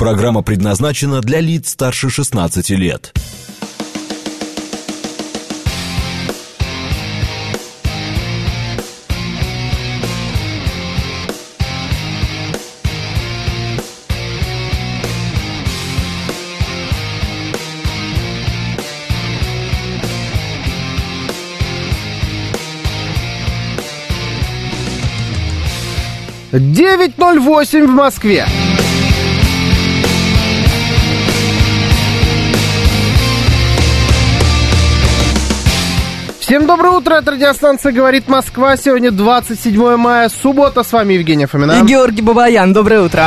Программа предназначена для лиц старше 16 лет. «9:08 в Москве». Всем доброе утро, это радиостанция «Говорит Москва». Сегодня 27 мая, суббота. С вами Евгения Фомина. И Георгий Бабаян. Доброе утро.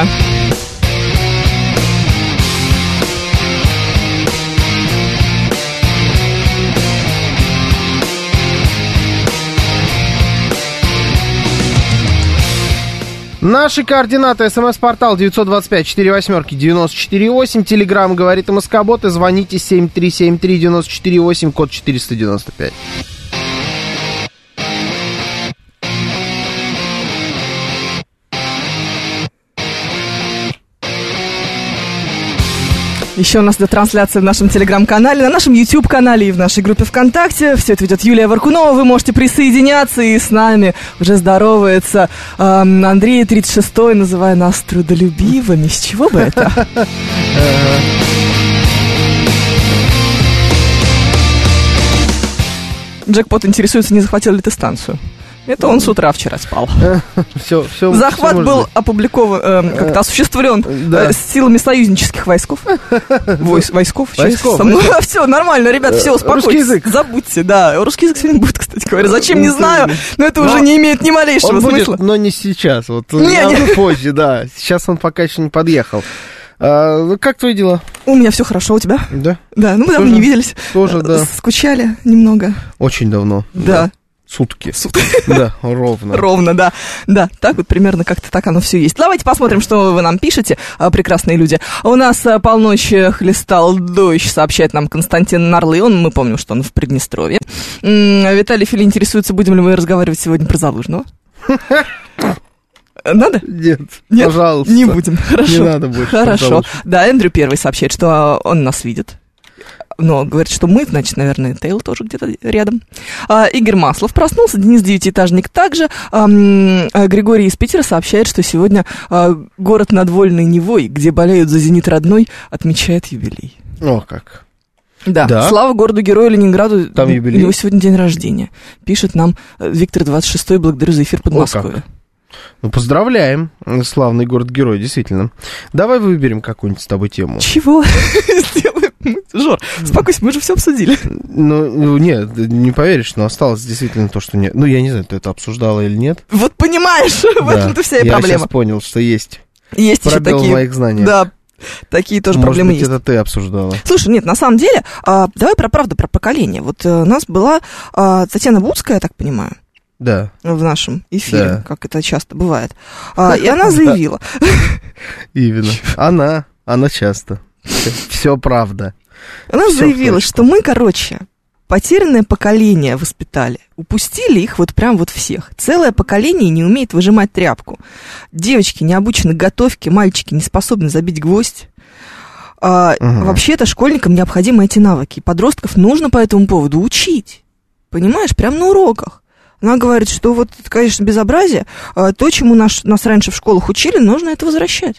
Наши координаты. СМС-портал 925-48-94-8. Телеграмм «Говорит МСК-бот». И звоните 7373-94-8, код 495. Еще у нас идет трансляция в нашем телеграм-канале, на нашем YouTube-канале и в нашей группе ВКонтакте. Все это ведет Юлия Варкунова. Вы можете присоединяться, и с нами уже здоровается Андрей 36-й, называя нас трудолюбивыми. С чего бы это? Джекпот интересуется, не захватил ли ты станцию. Это он с утра вчера спал. Захват был опубликован, как-то осуществлен силами союзнических войсков. Войсков. Все нормально, ребят, все, успокойтесь. Русский язык. Забудьте, да. Русский язык сегодня будет, кстати говоря. Зачем, не знаю, но это уже не имеет ни малейшего смысла. Но не сейчас, вот позже, да. Сейчас он пока еще не подъехал. Как твои дела? У меня все хорошо, у тебя? Да. Да, ну мы давно не виделись. Тоже, да. Скучали немного. Очень давно. Да. Сутки. Да, ровно. Ровно, да. Да, так вот примерно как-то так оно все есть. Давайте посмотрим, что вы нам пишете, прекрасные люди. У нас полночь хлестал дождь, сообщает нам Константин Нарлы. Мы помним, что он в Приднестровье. Виталий Фили интересуется, будем ли мы разговаривать сегодня про Залужного. Надо? Нет, пожалуйста. Не будем, хорошо. Не надо больше. Хорошо. Да, Эндрю первый сообщает, что он нас видит. Но говорит, что мы, значит, наверное, Тейл тоже где-то рядом. Игорь Маслов проснулся, Денис Девятиэтажник также. Григорий из Питера сообщает, что сегодня город над Вольной Невой, где болеют за «Зенит» родной, отмечает юбилей. О, как. Да. Слава городу-герою Ленинграду. Там юбилей. У него сегодня день рождения. Пишет нам Виктор 26-й, благодарю за эфир Подмосковья. Ну, поздравляем, славный город-герой, действительно. Давай выберем какую-нибудь с тобой тему. Чего? Сделаем. Жор, успокойся, мы же все обсудили. Ну, нет, не поверишь, но осталось действительно то, что нет. Ну, я не знаю, ты это обсуждала или нет. Вот понимаешь, в этом-то вся и проблема. Я сейчас понял, что есть. Есть еще пробел такие. в моих знаниях. Да, такие тоже проблемы есть. Может быть, это ты обсуждала. Слушай, нет, на самом деле, давай про поколение. Вот у нас была Татьяна Буцкая, я так понимаю. Да. В нашем эфире, да. Как это часто бывает. И она заявила. Именно. Она часто. Все правда. Она заявила, что мы, потерянное поколение воспитали. Упустили их вот прям вот всех. Целое поколение не умеет выжимать тряпку. Девочки не обучены готовке, мальчики не способны забить гвоздь. Вообще-то школьникам необходимы эти навыки. Подростков нужно по этому поводу учить. Понимаешь, прям на уроках. Она говорит, что вот это, конечно, безобразие. То, чему нас раньше в школах учили, нужно это возвращать.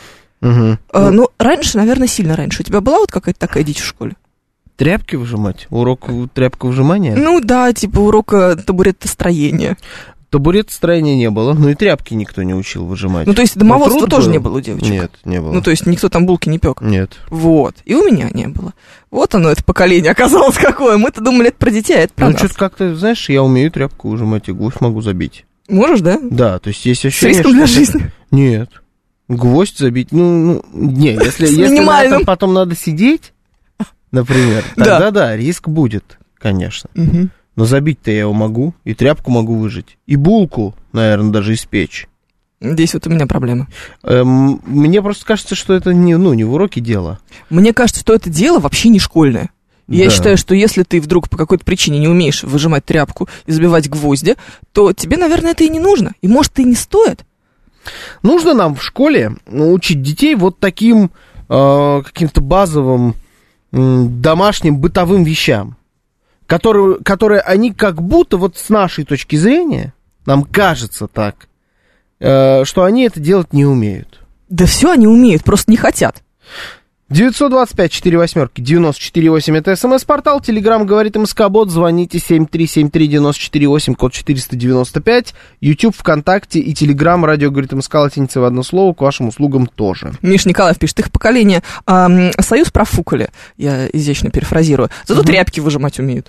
Ну, раньше, наверное, сильно раньше. У тебя была вот какая-то такая дичь в школе? Тряпки выжимать? Урок тряпковыжимания? Ну да, типа урока табуретостроения. Табуретостроения не было, но и тряпки никто не учил выжимать. Ну, то есть домоводства тоже не было у девочек? Нет, не было. Ну, то есть никто там булки не пек? Нет. Вот, и у меня не было. Вот оно, это поколение оказалось какое. Мы-то думали, это про детей, а это про нас. Ну, что-то как-то, знаешь, я умею тряпку выжимать, и гвоздь могу забить. Можешь, да? Да, то есть есть ощущение, с риском для жизни? Нет. Гвоздь забить, если на этом потом надо сидеть, например, тогда да, риск будет, конечно. Но забить-то я его могу, и тряпку могу выжать, и булку, наверное, даже испечь. Здесь вот у меня проблема. Мне просто кажется, что это не в уроке дело. Мне кажется, что это дело вообще не школьное. Я считаю, что если ты вдруг по какой-то причине не умеешь выжимать тряпку и забивать гвозди, то тебе, наверное, это и не нужно. И, может, и не стоит. Нужно нам в школе учить детей вот таким каким-то базовым домашним бытовым вещам, которые они как будто вот с нашей точки зрения, нам кажется так, что они это делать не умеют. Да все они умеют, просто не хотят. 925-48-94-8, это СМС-портал, Телеграм говорит МСК-бот, звоните 7373948, код 495, YouTube, ВКонтакте и Телеграм, радио говорит МСК, латиница в одно слово, к вашим услугам тоже. Миш Николаев пишет, их поколение союз профукали, я изящно перефразирую, зато тряпки выжимать умеют.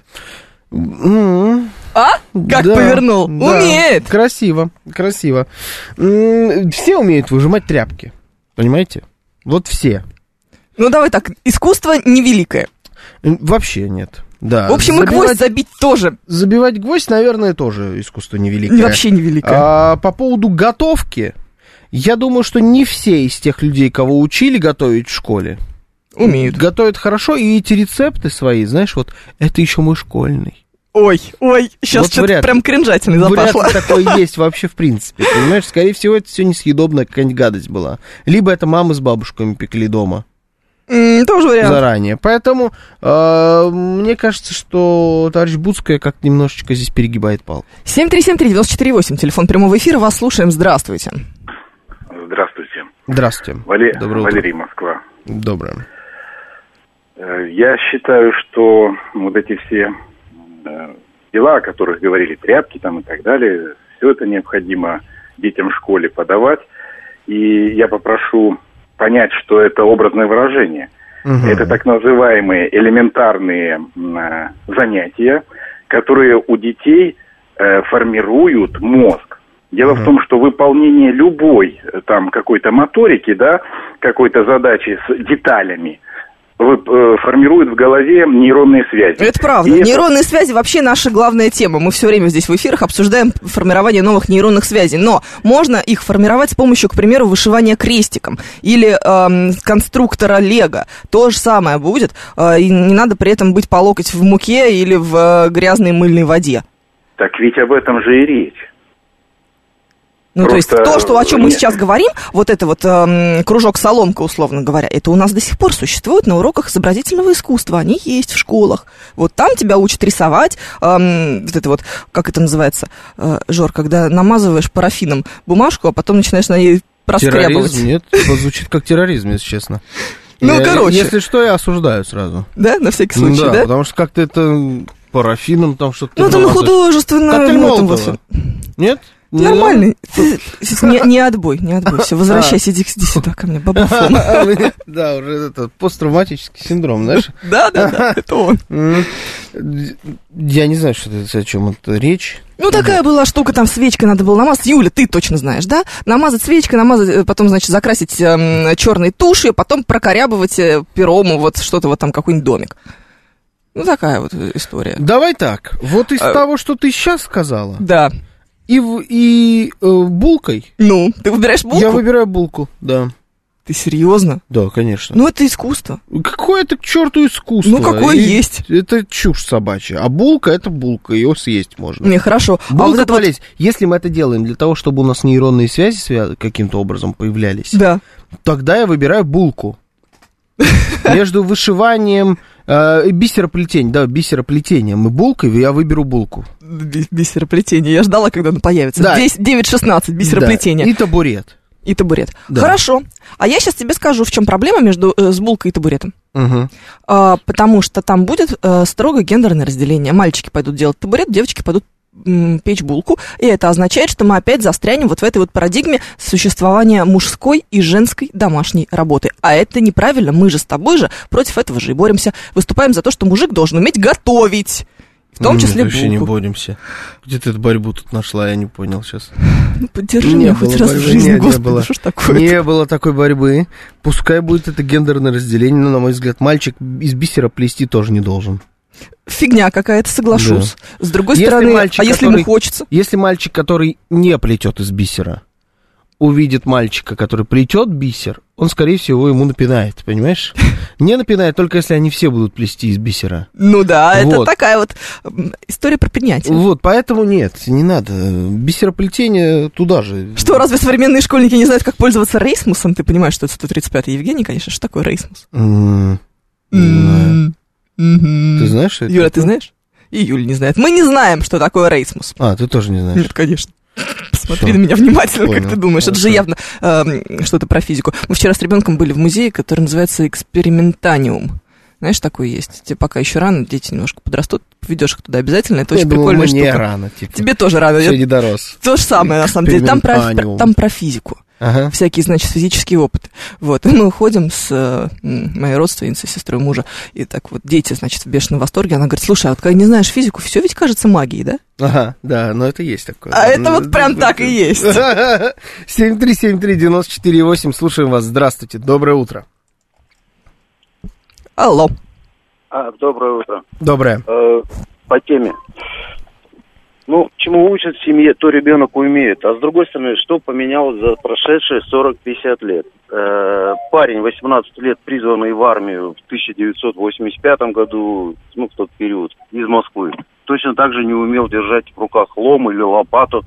А? Как да, повернул? Да. Умеет! Красиво, красиво. Все умеют выжимать тряпки, понимаете? Вот все. Ну, давай так, искусство невеликое. Вообще нет, да. В общем, и гвоздь забить тоже. Забивать гвоздь, наверное, тоже искусство невеликое. Вообще невеликое. По поводу готовки, я думаю, что не все из тех людей, кого учили готовить в школе, умеют. Готовят хорошо, и эти рецепты свои, знаешь, вот, это еще мой школьный. Ой, сейчас вот что-то прям кринжатиной запашло. Вряд ли такое есть вообще в принципе, понимаешь? Скорее всего, это все несъедобная какая-нибудь гадость была. Либо это мамы с бабушками пекли дома. Тоже вариант. Заранее. Поэтому мне кажется, что товарищ Буцкая как-то немножечко здесь перегибает палку. 7373948, телефон прямого эфира, вас слушаем, здравствуйте. Здравствуйте. Здравствуйте. Валерий, Москва. Доброе. Я считаю, что вот эти все дела, о которых говорили, тряпки там и так далее, все это необходимо детям в школе подавать. И я попрошу понять, что это образное выражение. Угу. Это так называемые элементарные занятия, которые у детей формируют мозг. Дело в том, что выполнение любой там какой-то моторики, да, какой-то задачи с деталями формирует в голове нейронные связи. Это правда. Нейронные связи вообще наша главная тема. Мы все время здесь в эфирах обсуждаем формирование новых нейронных связей. Но можно их формировать с помощью, к примеру, вышивания крестиком или конструктора Лего. То же самое будет. И не надо при этом быть по локоть в муке или в грязной мыльной воде. Так ведь об этом же и речь. Ну, просто... то есть то, о чем мы сейчас говорим, вот это вот кружок-соломка, условно говоря, это у нас до сих пор существует на уроках изобразительного искусства. Они есть в школах. Вот там тебя учат рисовать, вот это вот, как это называется, Жор, когда намазываешь парафином бумажку, а потом начинаешь на ней проскрябывать. Терроризм? Нет, звучит как терроризм, если честно. Короче. Если что, я осуждаю сразу. Да, на всякий случай, да? Потому что как-то это парафином там что-то... Ну, там художественно... Коктейль Молотова. Нет? Нормально. Не отбой. Все, возвращайся, иди сюда ко мне, бабафон. Да, уже это посттравматический синдром, знаешь? Да, это он. Я не знаю, что это, о чем это речь. Ну, такая была штука, там свечкой надо было намазать. Юля, ты точно знаешь, да? Намазать свечкой, потом, значит, закрасить черной тушью, потом прокорябывать пером вот что-то, вот там какой-нибудь домик. Ну, такая вот история. Давай так, вот из того, что ты сейчас сказала. Да. И булкой. Ну, ты выбираешь булку? Я выбираю булку, да. Ты серьезно? Да, конечно. Ну, это искусство. Какое это к черту искусство? Ну, какое есть. Это чушь собачья. А булка — это булка, ее съесть можно. Не, хорошо. Булка вот полезть. Вот... Если мы это делаем для того, чтобы у нас нейронные связи каким-то образом появлялись, да, тогда я выбираю булку. Между вышиванием... бисероплетением и булкой я выберу булку. Бисероплетение. Я ждала, когда оно появится. Да. 9-16, бисероплетение. Да. И табурет. Да. Хорошо. А я сейчас тебе скажу, в чем проблема с булкой и табуретом. Угу. Потому что там будет строго гендерное разделение. Мальчики пойдут делать табурет, девочки пойдут печь булку, и это означает, что мы опять застрянем вот в этой вот парадигме существования мужской и женской домашней работы. А это неправильно, мы же с тобой же против этого же и боремся. Выступаем за то, что мужик должен уметь готовить, в том числе булку. Вообще не боремся. Где ты эту борьбу тут нашла, я не понял сейчас. Ну, поддержи меня хоть раз в жизни, господи, что ж такое? Не было такой борьбы. Пускай будет это гендерное разделение, но, на мой взгляд, мальчик из бисера плести тоже не должен. Фигня какая-то, соглашусь. Да. С другой стороны, если ему хочется? Если мальчик, который не плетет из бисера, увидит мальчика, который плетет бисер, он, скорее всего, ему напинает, понимаешь? Не напинает, только если они все будут плести из бисера. Ну да, вот. Это такая вот история про принятие. Вот, поэтому нет, не надо. Бисероплетение туда же. Что, разве современные школьники не знают, как пользоваться рейсмусом? Ты понимаешь, что это 135-й Евгений, конечно. Что такое рейсмус? Не знаю. Ты знаешь, что это? Юля, ты знаешь? И Юля не знает. Мы не знаем, что такое рейсмус. Ты тоже не знаешь? Нет, конечно. Посмотри на меня внимательно, как ты думаешь. Это же явно что-то про физику. Мы вчера с ребенком были в музее, который называется «Экспериментаниум». Знаешь, такой есть. Тебе пока еще рано, дети немножко подрастут, поведешь их туда обязательно. Это очень прикольная штука. Мне рано, типа. Тебе тоже рано. Все не дорос. То же самое, на самом деле. Там про физику. Ага. Всякие, значит, физические опыты. Вот. И мы уходим с моей родственницей, сестрой мужа, и так вот дети, значит, в бешеном восторге. Она говорит: слушай, а вот когда не знаешь физику, все ведь кажется магией, да? Ага, да, но это есть такое. А это вот прям так и есть. 7373948, слушаем вас. Здравствуйте, доброе утро. Алло. Доброе утро. Доброе. По теме. Чему учат в семье, то ребенок умеет. А с другой стороны, что поменялось за прошедшие 40-50 лет? Парень 18 лет, призванный в армию в 1985 году, в тот период, из Москвы, точно так же не умел держать в руках лом или лопату.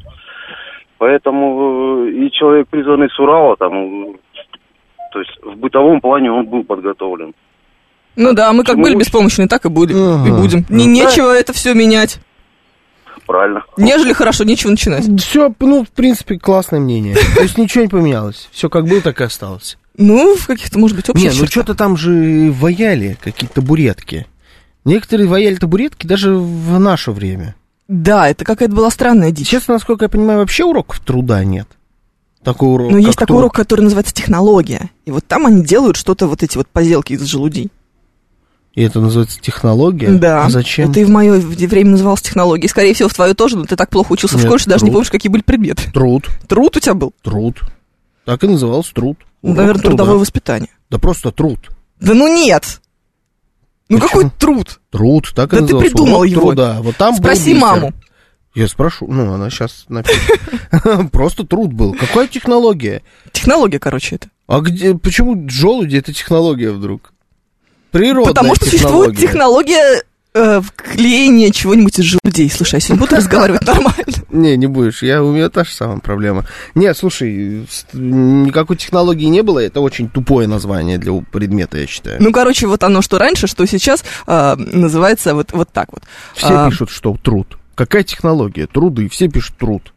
Поэтому и человек, призванный с Урала, то есть в бытовом плане он был подготовлен. Ну да, мы как были беспомощны, так и будем. И будем. Нечего это все менять. Правильно. Нежели хорошо, нечего начинать. Все, в принципе, классное мнение. То есть ничего не поменялось. Все как было, так и осталось. В каких-то, может быть, общих чертах. что-то там же ваяли, какие-то табуретки. Некоторые ваяли табуретки даже в наше время. Да, это какая-то была странная дичь. Честно, насколько я понимаю, вообще уроков труда нет. Такой урок. Есть такой урок, который называется технология. И вот там они делают что-то, вот эти вот поделки из желудей. И это называется технология? Да. А зачем? Это и в мое время называлось технологией. Скорее всего, в твое тоже, но ты так плохо учился в школе, что даже не помнишь, какие были предметы. Труд. Труд у тебя был? Труд. Так и назывался труд. Наверное, трудовое воспитание. Да просто труд. Да нет! Какой труд? Труд, так и назывался. Да ты придумал его. Труда. Вот там спроси маму. Я спрошу, она сейчас напишет. Просто труд был. Какая технология? Технология, короче, это. А почему желуди это технология вдруг? Природная Потому что существует технология клеения чего-нибудь из желудей. Слушай, я сегодня буду разговаривать нормально. Не будешь, у меня та же самая проблема. Нет, слушай, никакой технологии не было, это очень тупое название для предмета, я считаю. Вот оно, что раньше, что сейчас, называется вот так вот. Все пишут, что труд. Какая технология? Труды, все пишут труд.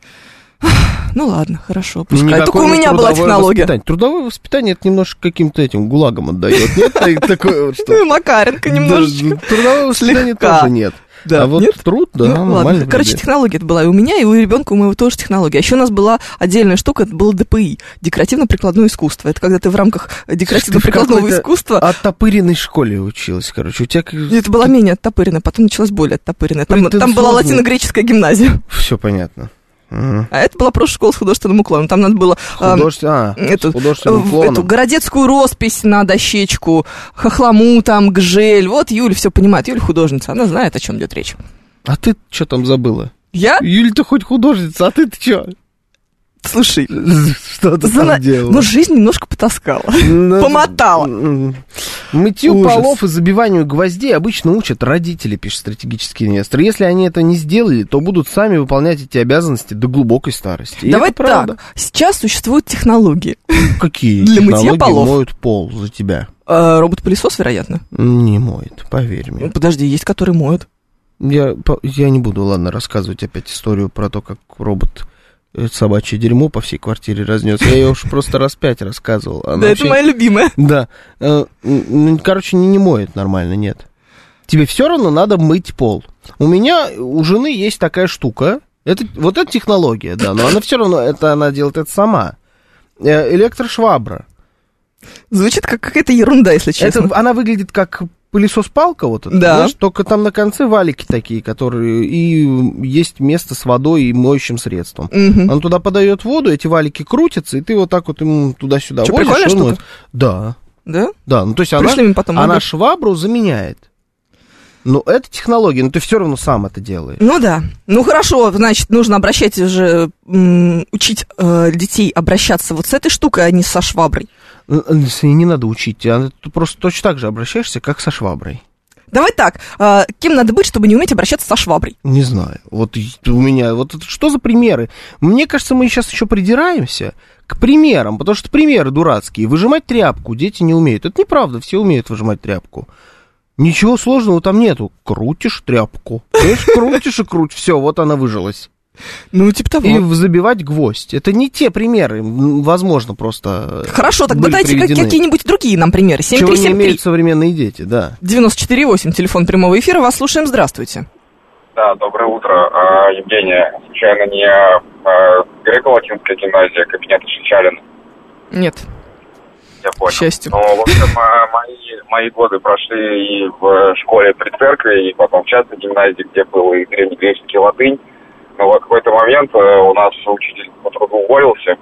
Ладно, хорошо, пускай. Только у меня была технология. Трудовое воспитание это немножко каким-то этим гулагом отдает. Нет такое вот что? Макаренко немножечко. Трудовое воспитание тоже нет. Да, а вот нет? труд, да, нормально. Короче, технология это была и у меня, и у ребенка у моего тоже технология. А еще у нас была отдельная штука, это было ДПИ, декоративно-прикладное искусство. Это когда ты в рамках декоративно-прикладного искусства... Оттопыренной школе училась, короче. У тебя... Это была менее оттопыренная, потом началась более оттопыренная. Там была латино-греческая гимназия. Все понятно. А это была просто школа с художественным уклоном. Там надо было эту городецкую роспись на дощечку, хохлому там, гжель. Вот Юля все понимает. Юля художница, она знает, о чем идет речь. А ты что там забыла? Я? Юля-то хоть художница, а ты-то что? Слушай, что ты там делала? Жизнь немножко потаскала, помотала. Мытью полов и забиванию гвоздей обычно учат родители, пишет стратегический инвестор. Если они это не сделали, то будут сами выполнять эти обязанности до глубокой старости. Давай так, сейчас существуют технологии. Какие для технологии мытья полов моют пол за тебя? Робот-пылесос, вероятно. Не моет, поверь мне. Подожди, есть которые моют. Я не буду, рассказывать опять историю про то, как робот... собачье дерьмо по всей квартире разнес. Я ее уж просто раз 5 рассказывал. Да, это моя любимая. Да. Короче, не моет нормально, нет. Тебе все равно надо мыть пол. У жены есть такая штука. Вот это технология, да, но она все равно, она делает это сама. Электрошвабра. Звучит как какая-то ерунда, если честно. Она выглядит как... пылесос-палка вот эта, да. Знаешь, только там на конце валики такие, которые... И есть место с водой и моющим средством. Угу. Он туда подает воду, эти валики крутятся, и ты вот так вот ему туда-сюда возишь. Прикольная штука? Да. Да? Да, то есть она швабру заменяет. Ну, это технология, но ты все равно сам это делаешь. Ну да. Ну хорошо, значит, нужно обращать уже, учить детей обращаться вот с этой штукой, а не со шваброй. Не надо учить, ты просто точно так же обращаешься, как со шваброй. Давай так, кем надо быть, чтобы не уметь обращаться со шваброй? Не знаю, вот у меня, вот что за примеры? Мне кажется, мы сейчас еще придираемся к примерам, потому что примеры дурацкие. Выжимать тряпку дети не умеют. Это неправда, все умеют выжимать тряпку. Ничего сложного там нету. Крутишь тряпку. Крутишь и крутишь. Все, вот она выжилась. Ну, типа того. И забивать гвоздь. Это не те примеры. Возможно, просто. Хорошо, тогда дайте какие-нибудь другие нам примеры. 73739. Чего не имеют современные дети, да. 94,8, телефон прямого эфира. Вас слушаем. Здравствуйте. Да, доброе утро. Евгения, случайно не греко-латинская гимназия, кабинет Шичалин? Нет. Я понял. К счастью. Ну, в общем, мои годы прошли и в школе при церкви, и потом в частной гимназии, где был и древнегреческий латынь. Но вот в какой-то момент у нас учитель по труду уволился,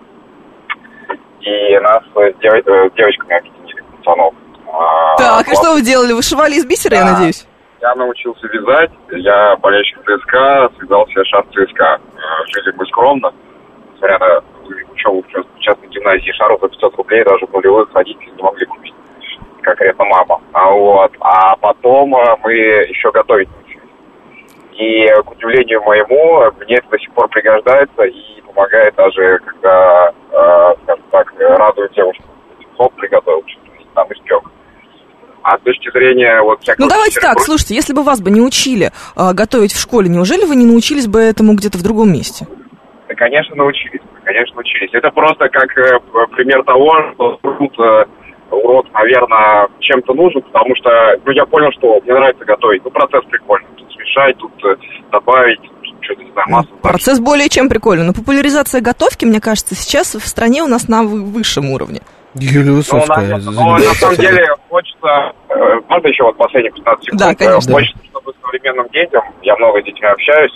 и нас с девочками объединили, пацанов. Так, и что вы делали? Вышивали из бисера, я надеюсь? Я научился вязать, я болельщик ЦСКА, связал себе шарф ЦСКА. Жили мы скромно, несмотря на учебу в частной гимназии, шарф за 500 рублей даже в нулевых родители не могли купить, конкретно мама. А потом мы еще готовить научились. И, к удивлению моему, мне это до сих пор пригождается и помогает даже, когда, скажем так, радует девушку. Соп приготовил, что-то там испек. А с точки зрения вот всякого... Ну, давайте так, слушайте, если бы вас бы не учили готовить в школе, неужели вы не научились бы этому где-то в другом месте? Да, конечно, научились. Это просто как пример того, что тут урок, наверное, чем-то нужен, потому что, я понял, что мне нравится готовить. Процесс прикольный. Тут смешать, тут добавить, что-то, не знаю, масло. Процесс более чем прикольный. Но популяризация готовки, мне кажется, сейчас в стране у нас на высшем уровне. Юлия Высоцкая. На самом деле, хочется... Можно еще вот последние 15 секунд? Да, конечно. Хочется, чтобы современным детям, я много с детьми общаюсь,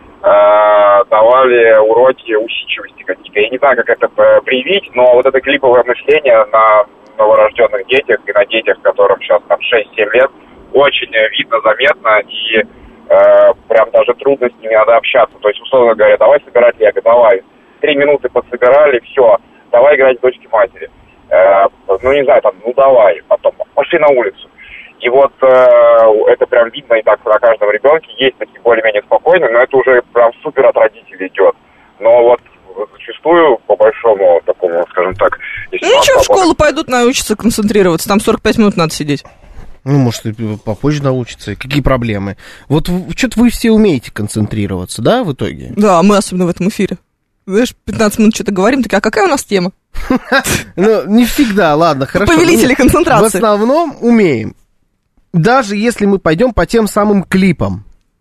давали уроки усидчивости какие-то. Я не знаю, как это привить, но вот это клиповое мышление на новорожденных детях и на детях, которым сейчас там 6-7 лет, очень видно, заметно, и прям даже трудно с ними надо общаться. То есть, условно говоря, давай собирать лего, давай. 3 минуты подсобирали, все, давай играть в дочки матери. Не знаю, давай, потом пошли на улицу. И вот это прям видно и так на каждом ребенке. Есть такие более-менее спокойные, но это уже прям супер от родителей идет. Но вот зачастую, по большому такому, скажем так... Ничего, в школу пойдут научатся концентрироваться, там 45 минут надо сидеть. Может, и попозже научатся. Какие проблемы? Вот что-то вы все умеете концентрироваться, да, в итоге? Да, мы особенно в этом эфире. Знаешь, 15 минут что-то говорим, такие, а какая у нас тема? Не всегда, ладно, хорошо. Повелители концентрации. В основном умеем. Даже если мы пойдем по тем самым клипам.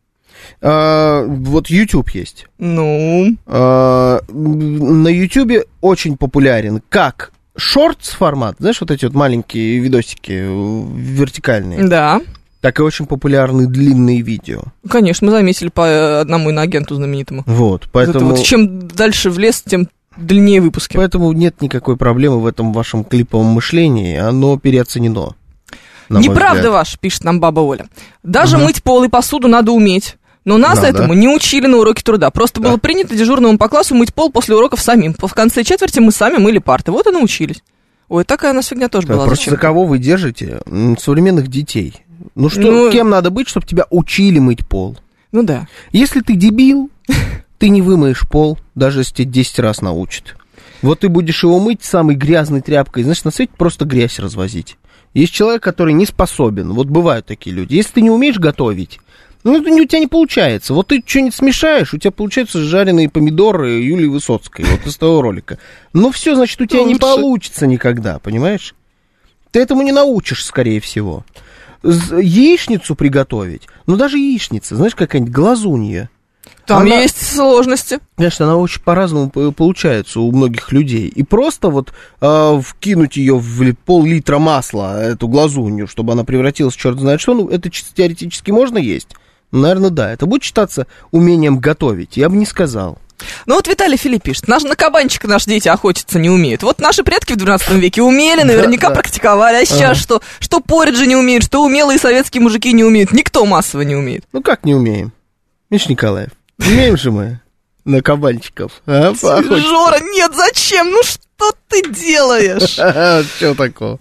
Вот YouTube есть. Ну? На YouTube очень популярен как шортс формат, знаешь, вот эти вот маленькие видосики вертикальные. Да. Так и очень популярны длинные видео. Конечно, мы заметили по одному иноагенту знаменитому. Вот, поэтому... Вот, чем дальше в лес, тем длиннее выпуски. Поэтому нет никакой проблемы в этом вашем клиповом мышлении, оно переоценено. Неправда ваша, пишет нам баба Оля. Даже мыть пол и посуду надо уметь. Но нас этому не учили на уроке труда. Просто было принято дежурному по классу мыть пол после уроков самим. В конце четверти мы сами мыли парты. Вот и научились. Ой, такая у нас фигня тоже была. Просто за кого вы держите современных детей? Кем надо быть, чтобы тебя учили мыть пол? Ну да. Если ты дебил, ты не вымоешь пол, даже если тебя 10 раз научат. Вот ты будешь его мыть самой грязной тряпкой. Значит, на свете просто грязь развозить. Есть человек, который не способен. Вот бывают такие люди. Если ты не умеешь готовить, у тебя не получается. Вот ты что-нибудь смешаешь, у тебя получаются жареные помидоры Юлии Высоцкой, вот из того ролика. Но все, значит, у тебя не получится никогда, понимаешь? Ты этому не научишь, скорее всего. Яичницу приготовить, даже яичница, знаешь, какая-нибудь глазунья. Там есть сложности. Конечно, она очень по-разному получается у многих людей. И просто вот вкинуть ее в пол-литра масла, эту глазунью, чтобы она превратилась в черт знает что, это чисто теоретически можно есть? Наверное, да. Это будет считаться умением готовить? Я бы не сказал. Ну вот Виталий Филипп пишет, на кабанчика наши дети охотиться не умеют. Вот наши предки в 12 веке умели, наверняка практиковали. А сейчас что? Что пориджи не умеют, что умелые советские мужики не умеют. Никто массово не умеет. Ну как не умеем? Миш Николаев, умеем же мы на кабанчиков. Жора, нет, зачем? Ну что ты делаешь? Что такого?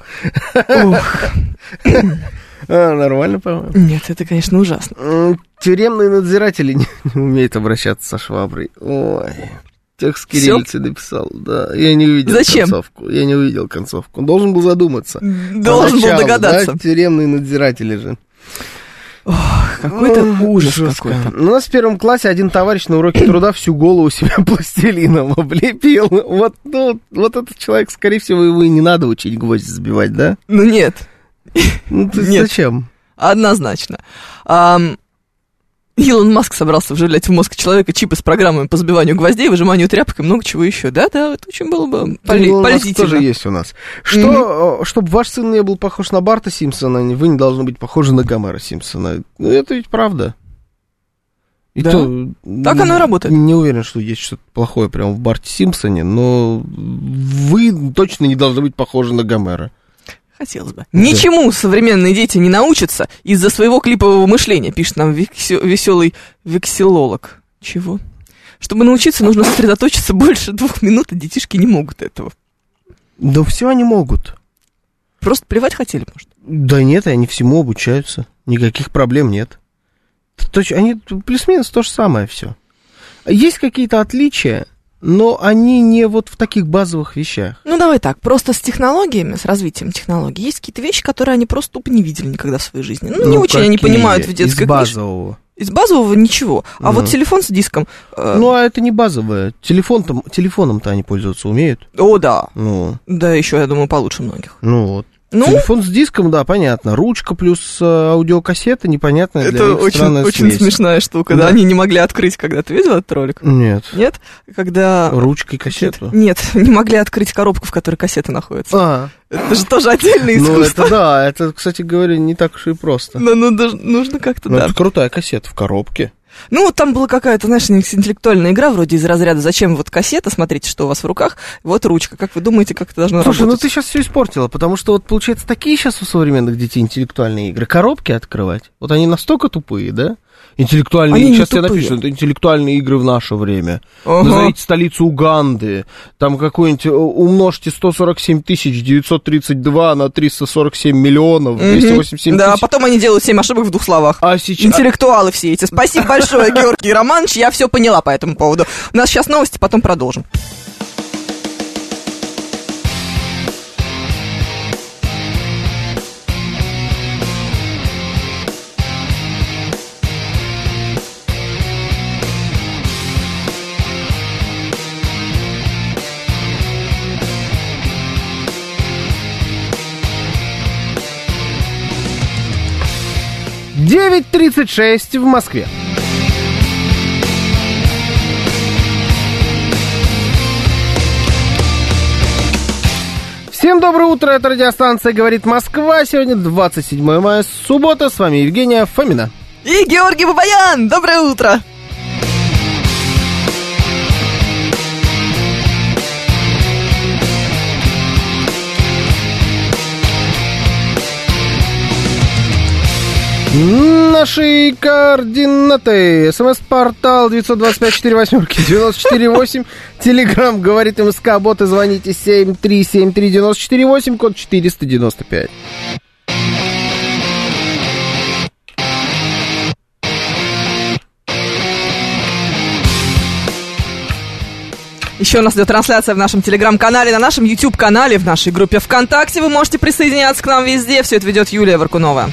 Нормально, по-моему. Нет, это, конечно, ужасно. Тюремные надзиратели не умеют обращаться со шваброй. Ой, текст кириллицы написал, да. Я не увидел концовку. Я не увидел концовку. Он должен был задуматься. Должен был догадаться. Да, тюремные надзиратели же. Ох, какой-то ужас какой-то. У нас в первом классе один товарищ на уроке труда всю голову себя пластилином облепил. Вот этот человек, скорее всего, его и не надо учить гвозди забивать, да? Ну нет. Ну ты зачем? Однозначно. Илон Маск собрался вживлять в мозг человека чипы с программами по забиванию гвоздей, выжиманию тряпок и много чего еще. Да, это очень было бы полезительно. Тоже есть у нас. Чтобы ваш сын не был похож на Барта Симпсона, вы не должны быть похожи на Гомера Симпсона. Ну, это ведь правда. И да, так оно и работает. Не уверен, что есть что-то плохое прямо в Барте Симпсоне, но вы точно не должны быть похожи на Гомера. Хотелось бы. Ничему современные дети не научатся из-за своего клипового мышления, пишет нам веселый вексилолог. Чего? Чтобы научиться, нужно сосредоточиться больше 2 минут, а детишки не могут этого. Да все они могут. Просто плевать хотели, может? Да нет, они всему обучаются. Никаких проблем нет. Они плюс-минус то же самое все. Есть какие-то отличия, но они не вот в таких базовых вещах. Ну, давай так, просто с технологиями, с развитием технологий, есть какие-то вещи, которые они просто тупо не видели никогда в своей жизни. Ну, не очень они понимают в детской книжке. Из базового. Из базового ничего. А вот телефон с диском... Ну, а это не базовое. Телефоном-то они пользоваться умеют. О, да. Ну. Да, еще, я думаю, получше многих. Ну, вот. Ну? Телефон с диском, да, понятно. Ручка плюс аудиокассета, непонятная для них странная смесь. Это очень смешная штука, да? Они не могли открыть, когда ты видел этот ролик? Нет. Нет? Когда... Ручкой кассету? Нет, не могли открыть коробку, в которой кассета находится. Это же тоже отдельное искусство. Ну, это да, это, кстати говоря, не так уж и просто. Ну, нужно как-то, да. Это крутая кассета в коробке. Ну, вот там была какая-то, знаешь, интеллектуальная игра вроде из разряда «Зачем вот кассета? Смотрите, что у вас в руках. Вот ручка. Как вы думаете, как это должно работать?» Слушай, ну ты сейчас все испортила, потому что вот, получается, такие сейчас у современных детей интеллектуальные игры. Коробки открывать. Вот они настолько тупые, да? Интеллектуальные, сейчас я напишу, интеллектуальные игры в наше время. Назовите столицу Уганды, там какой-нибудь, умножьте 147 932 на 347 миллионов, 287 Да, потом они делают 7 ошибок в 2 словах. Интеллектуалы все эти. Спасибо большое, Георгий Романович, я все поняла по этому поводу. У нас сейчас новости, потом продолжим. «9:36 в Москве. Всем доброе утро, это радиостанция «Говорит Москва». Сегодня 27 мая, суббота. С вами Евгения Фомина. И Георгий Бабаян. Доброе утро. Наши координаты. СМС-портал 925-48-94-8. Телеграм «Говорит МСК». Боты звоните 7373948, код 495. Еще у нас идет трансляция в нашем телеграм-канале, на нашем YouTube-канале, в нашей группе ВКонтакте. Вы можете присоединяться к нам везде. Все это ведет Юлия Варкунова.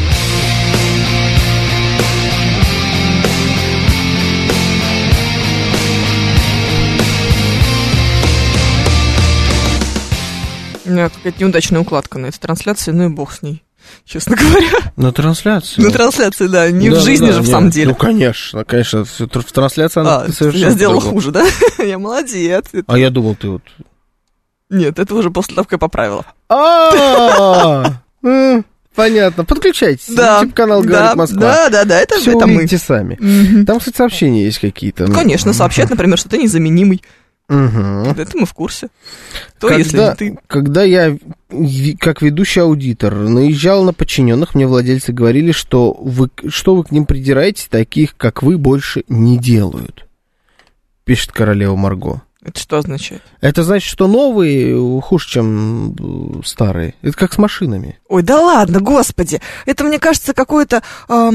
У меня какая-то неудачная укладка на этой трансляции, ну и бог с ней, честно говоря. На трансляции? На трансляции, да, не в жизни же в самом деле. Ну, конечно, в трансляции она совершенно... Я сделала хуже, да? Я молодец. А я думал, ты вот... Нет, это уже после того, как я поправила. Понятно. Подключайтесь. YouTube-канал «Говорит Москва». Да, это все мы. увидите сами. Там, кстати, сообщения есть какие-то. Конечно, сообщать, например, что ты незаменимый. Это мы в курсе. Когда я, как ведущий аудитор, наезжал на подчиненных, мне владельцы говорили, что вы к ним придираетесь, таких, как вы, больше не делают. Пишет королева Марго. Это что означает? Это значит, что новые хуже, чем старые. Это как с машинами. Ой, да ладно, господи. Это, мне кажется, какой-то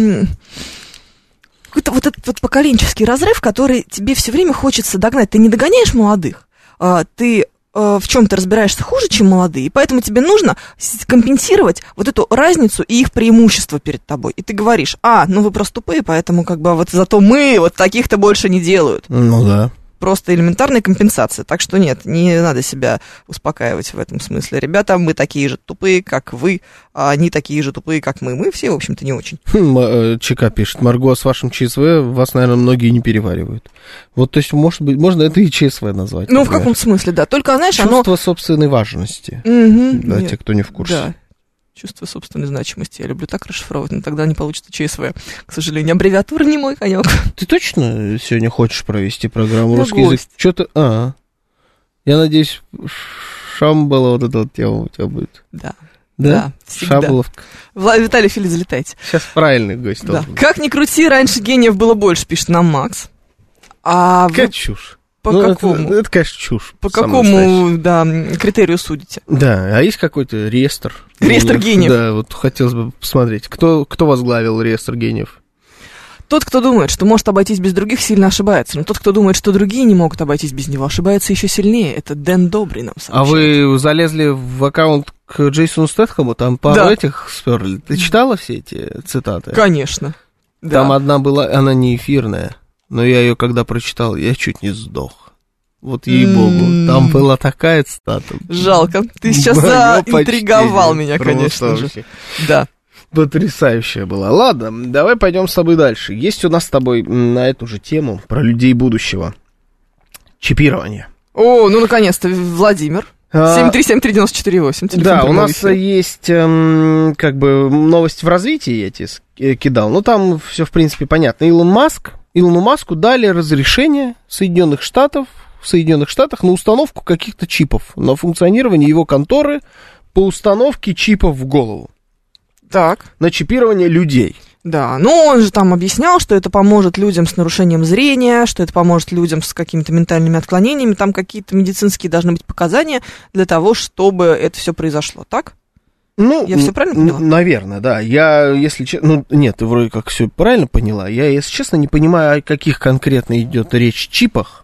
вот этот вот поколенческий разрыв, который тебе все время хочется догнать. Ты не догоняешь молодых, ты в чем-то разбираешься хуже, чем молодые, и поэтому тебе нужно компенсировать вот эту разницу и их преимущество перед тобой. И ты говоришь, ну вы просто тупые, поэтому как бы вот зато мы вот таких-то больше не делают. Ну да. Просто элементарная компенсация. Так что нет, не надо себя успокаивать в этом смысле. Ребята, мы такие же тупые, как вы, а они такие же тупые, как мы. Мы все, в общем-то, не очень. ЧК пишет, Марго, с вашим ЧСВ вас, наверное, многие не переваривают. Вот, то есть, может быть, можно это и ЧСВ назвать. Ну, например. В каком смысле, да. Только, знаешь, чувство собственной важности. Для тех, кто не в курсе. Да. Чувство собственной значимости. Я люблю так расшифровывать, но тогда не получится ЧСВ. К сожалению, аббревиатура не мой конек. Ты точно сегодня хочешь провести программу «Русский язык»? Что-то... Я надеюсь, Шамбала, вот эта вот тема у тебя будет. Да. Да? Всегда. Шаболовка. Виталий Фили, залетайте. Сейчас правильный гость должен быть. Как ни крути, раньше гениев было больше, пишет нам Макс. Какая чушь. По какому? Это, конечно, чушь. По какому, критерию судите? Да, а есть какой-то реестр? Реестр гениев. Да, вот хотелось бы посмотреть. Кто возглавил реестр гениев? Тот, кто думает, что может обойтись без других, сильно ошибается. Но тот, кто думает, что другие не могут обойтись без него, ошибается еще сильнее. Это Дэн Добрый нам сообщает. А вы залезли в аккаунт к Джейсону Стэтхэму? Там пару этих сперли. Ты читала все эти цитаты? Конечно. Там одна была, она не эфирная. Но я ее, когда прочитал, я чуть не сдох. Вот ей-богу, там была такая цитата. Жалко. Ты сейчас заинтриговал меня, конечно же. Да. Потрясающая была. Ладно, давай пойдем с тобой дальше. Есть у нас с тобой на эту же тему про людей будущего. Чипирование. О, ну наконец-то, Владимир. 7373948. Да, у нас есть как бы новость в развитии, я тебе кидал. Ну, там все, в принципе, понятно. Илону Маску дали разрешение в Соединенных Штатах на установку каких-то чипов, на функционирование его конторы по установке чипов в голову. Так. На чипирование людей. Да, ну он же там объяснял, что это поможет людям с нарушением зрения, что это поможет людям с какими-то ментальными отклонениями, там какие-то медицинские должны быть показания для того, чтобы это все произошло, так? Ну, я все правильно поняла? Наверное, да. Я, если честно... нет, ты вроде как все правильно поняла. Я, если честно, не понимаю, о каких конкретно идет речь чипах.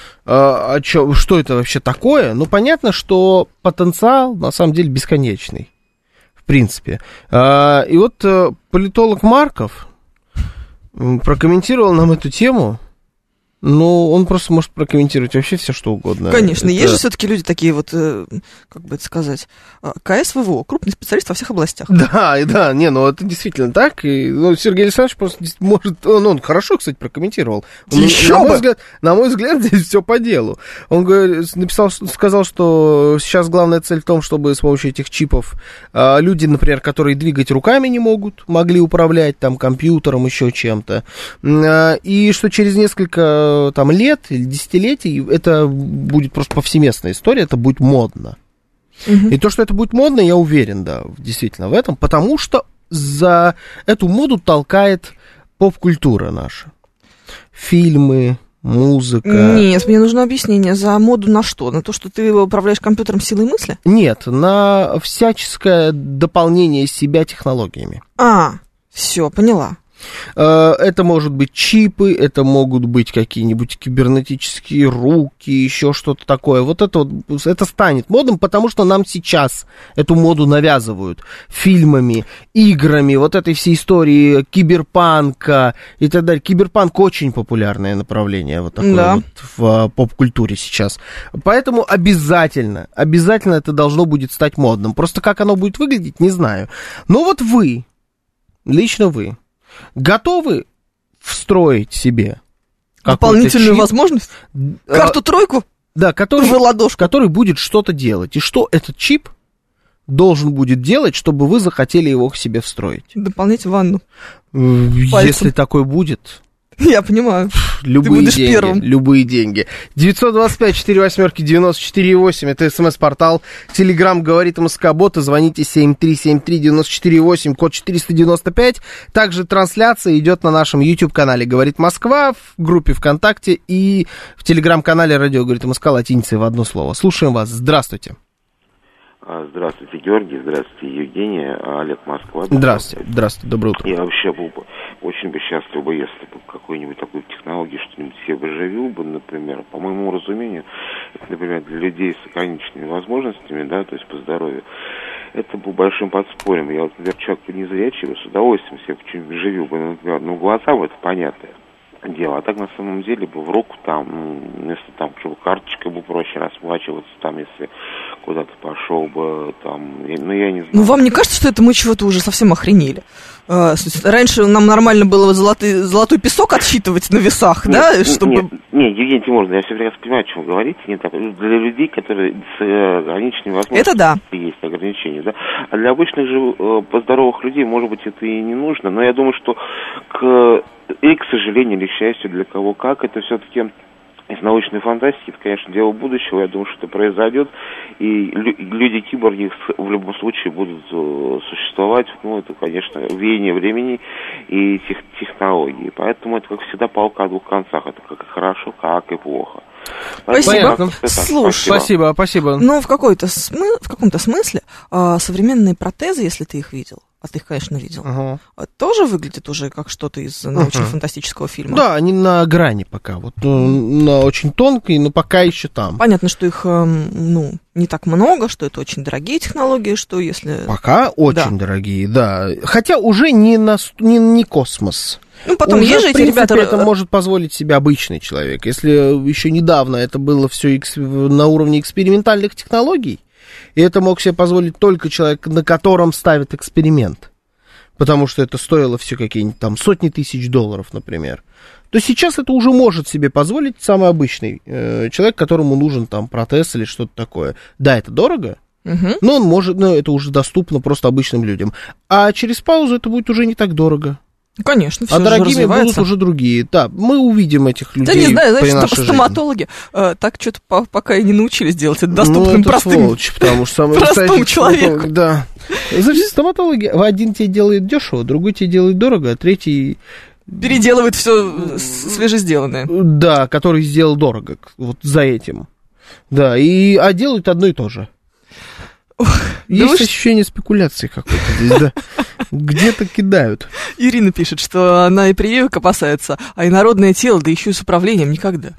Что это вообще такое? Ну, понятно, что потенциал, на самом деле, бесконечный. В принципе. И вот политолог Марков прокомментировал нам эту тему. Ну, он просто может прокомментировать вообще все, что угодно. Конечно, есть же все-таки люди такие вот, как бы это сказать, КСВО, крупный специалист во всех областях. Да, ну это действительно так. И, Сергей Александрович просто может, он хорошо, кстати, прокомментировал. На мой взгляд, здесь все по делу. Он сказал, что сейчас главная цель в том, чтобы с помощью этих чипов люди, например, которые двигать руками не могли управлять там компьютером, еще чем-то. И что через несколько там лет или десятилетий это будет просто повсеместная история, это будет модно. И то, что это будет модно, я уверен, да, действительно в этом, потому что за эту моду толкает поп-культура наша. Фильмы, музыка. Нет, мне нужно объяснение. За моду на что? На то, что ты управляешь компьютером силой мысли? Нет, на всяческое дополнение себя технологиями. Все, поняла. Это может быть чипы, это могут быть какие-нибудь кибернетические руки, еще что-то такое. Вот это станет модным, потому что нам сейчас эту моду навязывают фильмами, играми, вот этой всей истории киберпанка и так далее. Киберпанк очень популярное направление вот такое вот в поп-культуре сейчас. Поэтому обязательно это должно будет стать модным. Просто как оно будет выглядеть, не знаю. Но вот лично вы, готовы встроить себе дополнительную возможность? Карту-тройку? Да, который будет что-то делать. И что этот чип должен будет делать, чтобы вы захотели его к себе встроить? Дополнять ванну. Если такой будет... Я понимаю. Любые деньги, первым. Любые деньги. 925-48-94-8, это СМС-портал. Телеграм говорит МСК-бота. Звоните 7373-94-8, код 495. Также трансляция идет на нашем YouTube-канале «Говорит Москва», в группе ВКонтакте и в Телеграм-канале «Радио говорит МСК» латиницей в одно слово. Слушаем вас. Здравствуйте. Здравствуйте, Георгий. Здравствуйте, Евгения. Олег, Москва. Здравствуйте. Здравствуйте. Доброе утро. Я вообще был бы очень бы счастлив, если бы какой-нибудь такой технологии что-нибудь себе бы живил бы, например. По моему разумению, это, например, для людей с ограниченными возможностями, да, то есть по здоровью, это был большим подспорьем. Я, вот, например, человек незрячий, с удовольствием себе что-нибудь живил бы, например, ну, глаза, вот, это понятное дело. А так, на самом деле, бы в руку там, если там, чтобы карточкой бы проще расплачиваться, там, если куда-то пошел бы, там, ну, я не знаю. Ну, вам не кажется, что это мы чего-то уже совсем охренели? Раньше нам нормально было золотой песок отсчитывать на весах, нет, да? Чтобы... Нет, Евгений Тимуровна, я все прекрасно понимаю, о чем вы говорите. Нет, для людей, которые с ограниченными возможностями, это да. Есть ограничения, да. А для обычных же здоровых людей, может быть, это и не нужно, но я думаю, что к сожалению, или к счастью, для кого как, это все-таки из научной фантастики, это, конечно, дело будущего, я думаю, что это произойдет, и люди-киборги в любом случае будут существовать, ну, это, конечно, веяние времени и технологий, поэтому это, как всегда, палка о двух концах, это как и хорошо, как и плохо. Спасибо. Слушай, спасибо. Ну, в каком-то смысле современные протезы, если ты их видел, а ты их, конечно, видел, тоже выглядят уже как что-то из научно-фантастического фильма. Да, они на грани пока, вот, на очень тонкой, но пока еще там. Понятно, что их, ну, не так много, что это очень дорогие технологии, что если... Пока очень дорогие, да. Хотя уже не космос. Ну, потом есть же эти ребята... это может позволить себе обычный человек. Если еще недавно это было все на уровне экспериментальных технологий, и это мог себе позволить только человек, на котором ставят эксперимент, потому что это стоило все какие-нибудь там сотни тысяч долларов, например, то сейчас это уже может себе позволить самый обычный человек, которому нужен там протез или что-то такое. Да, это дорого, но он может, ну, это уже доступно просто обычным людям. А через паузу это будет уже не так дорого. Конечно, все а дорогими будут уже другие. Да, мы увидим этих людей. Да не знаю, значит, стоматологи так что-то пока и не научились делать это доступным, это простым. Сволочь, потому что самый простому человеку. Да. Значит, стоматологи, один тебе делает дешево, другой тебе делает дорого, а третий... переделывает все свежесделанное. Да, который сделал дорого, вот за этим. Да, а делают одно и то же. Есть ощущение спекуляции какой-то здесь, да. Где-то кидают. Ирина пишет, что она и прививок опасается, а инородное тело, да еще и с управлением никогда.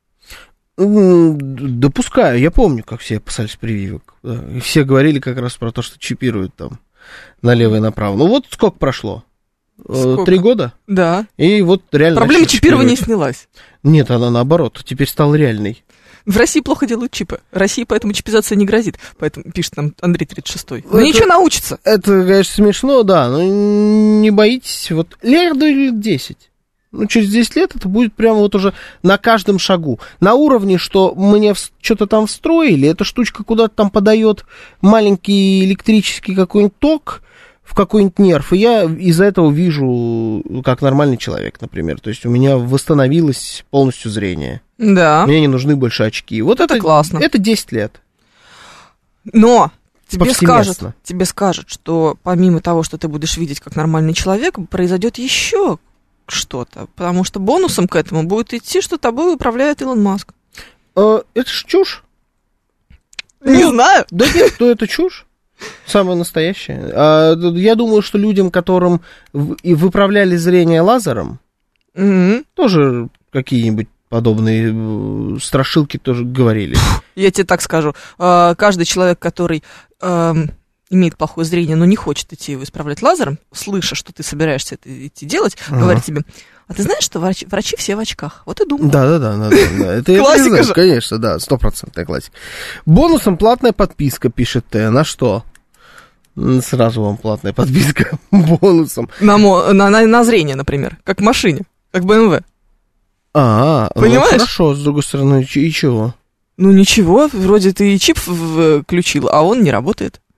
Допускаю, я помню, как все опасались прививок. Да. И все говорили как раз про то, что чипируют там налево и направо. Ну вот сколько прошло? 3 года? Да. И вот реально... Проблема чипирования снялась. Нет, она наоборот, теперь стала реальной. В России плохо делают чипы. России поэтому чипизация не грозит. Поэтому пишет нам Андрей 36-й. Ну ничего, научится. Это, конечно, смешно, да, но не боитесь. Вот лет 10. Ну, через 10 лет это будет прямо вот уже на каждом шагу. На уровне, что мне что-то там встроили, эта штучка куда-то там подает маленький электрический какой-нибудь ток в какой-нибудь нерв, и я из-за этого вижу как нормальный человек, например. То есть у меня восстановилось полностью зрение. Да. Мне не нужны больше очки. Вот это классно. Это 10 лет. Но тебе скажут, что помимо того, что ты будешь видеть как нормальный человек, произойдет еще что-то. Потому что бонусом к этому будет идти, что тобой управляет Илон Маск. Это ж чушь. Не знаю. Да нет, то это чушь. Самое настоящее. Я думаю, что людям, которым выправляли зрение лазером, тоже какие-нибудь подобные страшилки тоже говорили. Я тебе так скажу. Каждый человек, который имеет плохое зрение, но не хочет идти его исправлять лазером, слыша, что ты собираешься это идти делать, говорит тебе: а ты знаешь, что врачи все в очках? Вот и думаю. Да. Это классика же. Конечно, да, 100% классика. Бонусом платная подписка, пишет Т. На что? Сразу вам платная подписка бонусом. На зрение, например, как в машине, как в BMW. Понимаешь? Ну, хорошо, с другой стороны, и чего? Ну ничего, вроде ты и чип включил, а он не работает.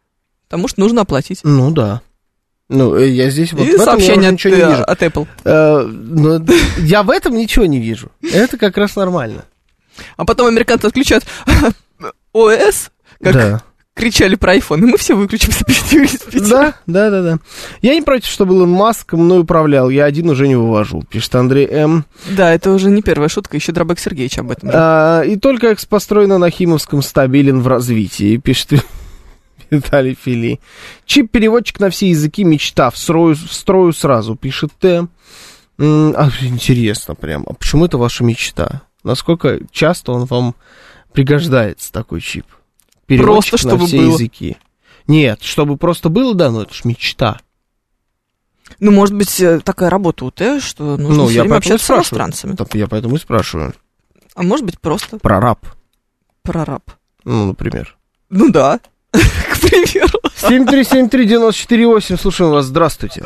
потому что нужно оплатить. Ну да. Ну, я здесь вот и в этом сообщение ничего не вижу. От Apple. Но я в этом ничего не вижу. Это как раз нормально. А потом американцы отключат ОС, как кричали про iPhone, и мы все выключимся перед USB. Да. Я не против, чтобы Илон Маск мной управлял. Я один уже не вывожу, пишет Андрей М. Да, это уже не первая шутка, еще Дробек Сергеевич об этом. И только экс, построенный на Химовском, стабилен в развитии, пишет Виталий Фили. Чип-переводчик на все языки, мечта, встрою сразу, пишет Т. Интересно прям, а почему это ваша мечта? Насколько часто он вам пригождается, такой чип? Переводчик просто, на чтобы все было. Языки. Нет, чтобы просто было, да, но это ж мечта. Ну, может быть, такая работа у Т, что нужно все время общаться с иностранцами. Я поэтому и спрашиваю. А может быть, просто... Прораб. Ну, например. Ну, да, к примеру. 7373948, слушаем вас, здравствуйте.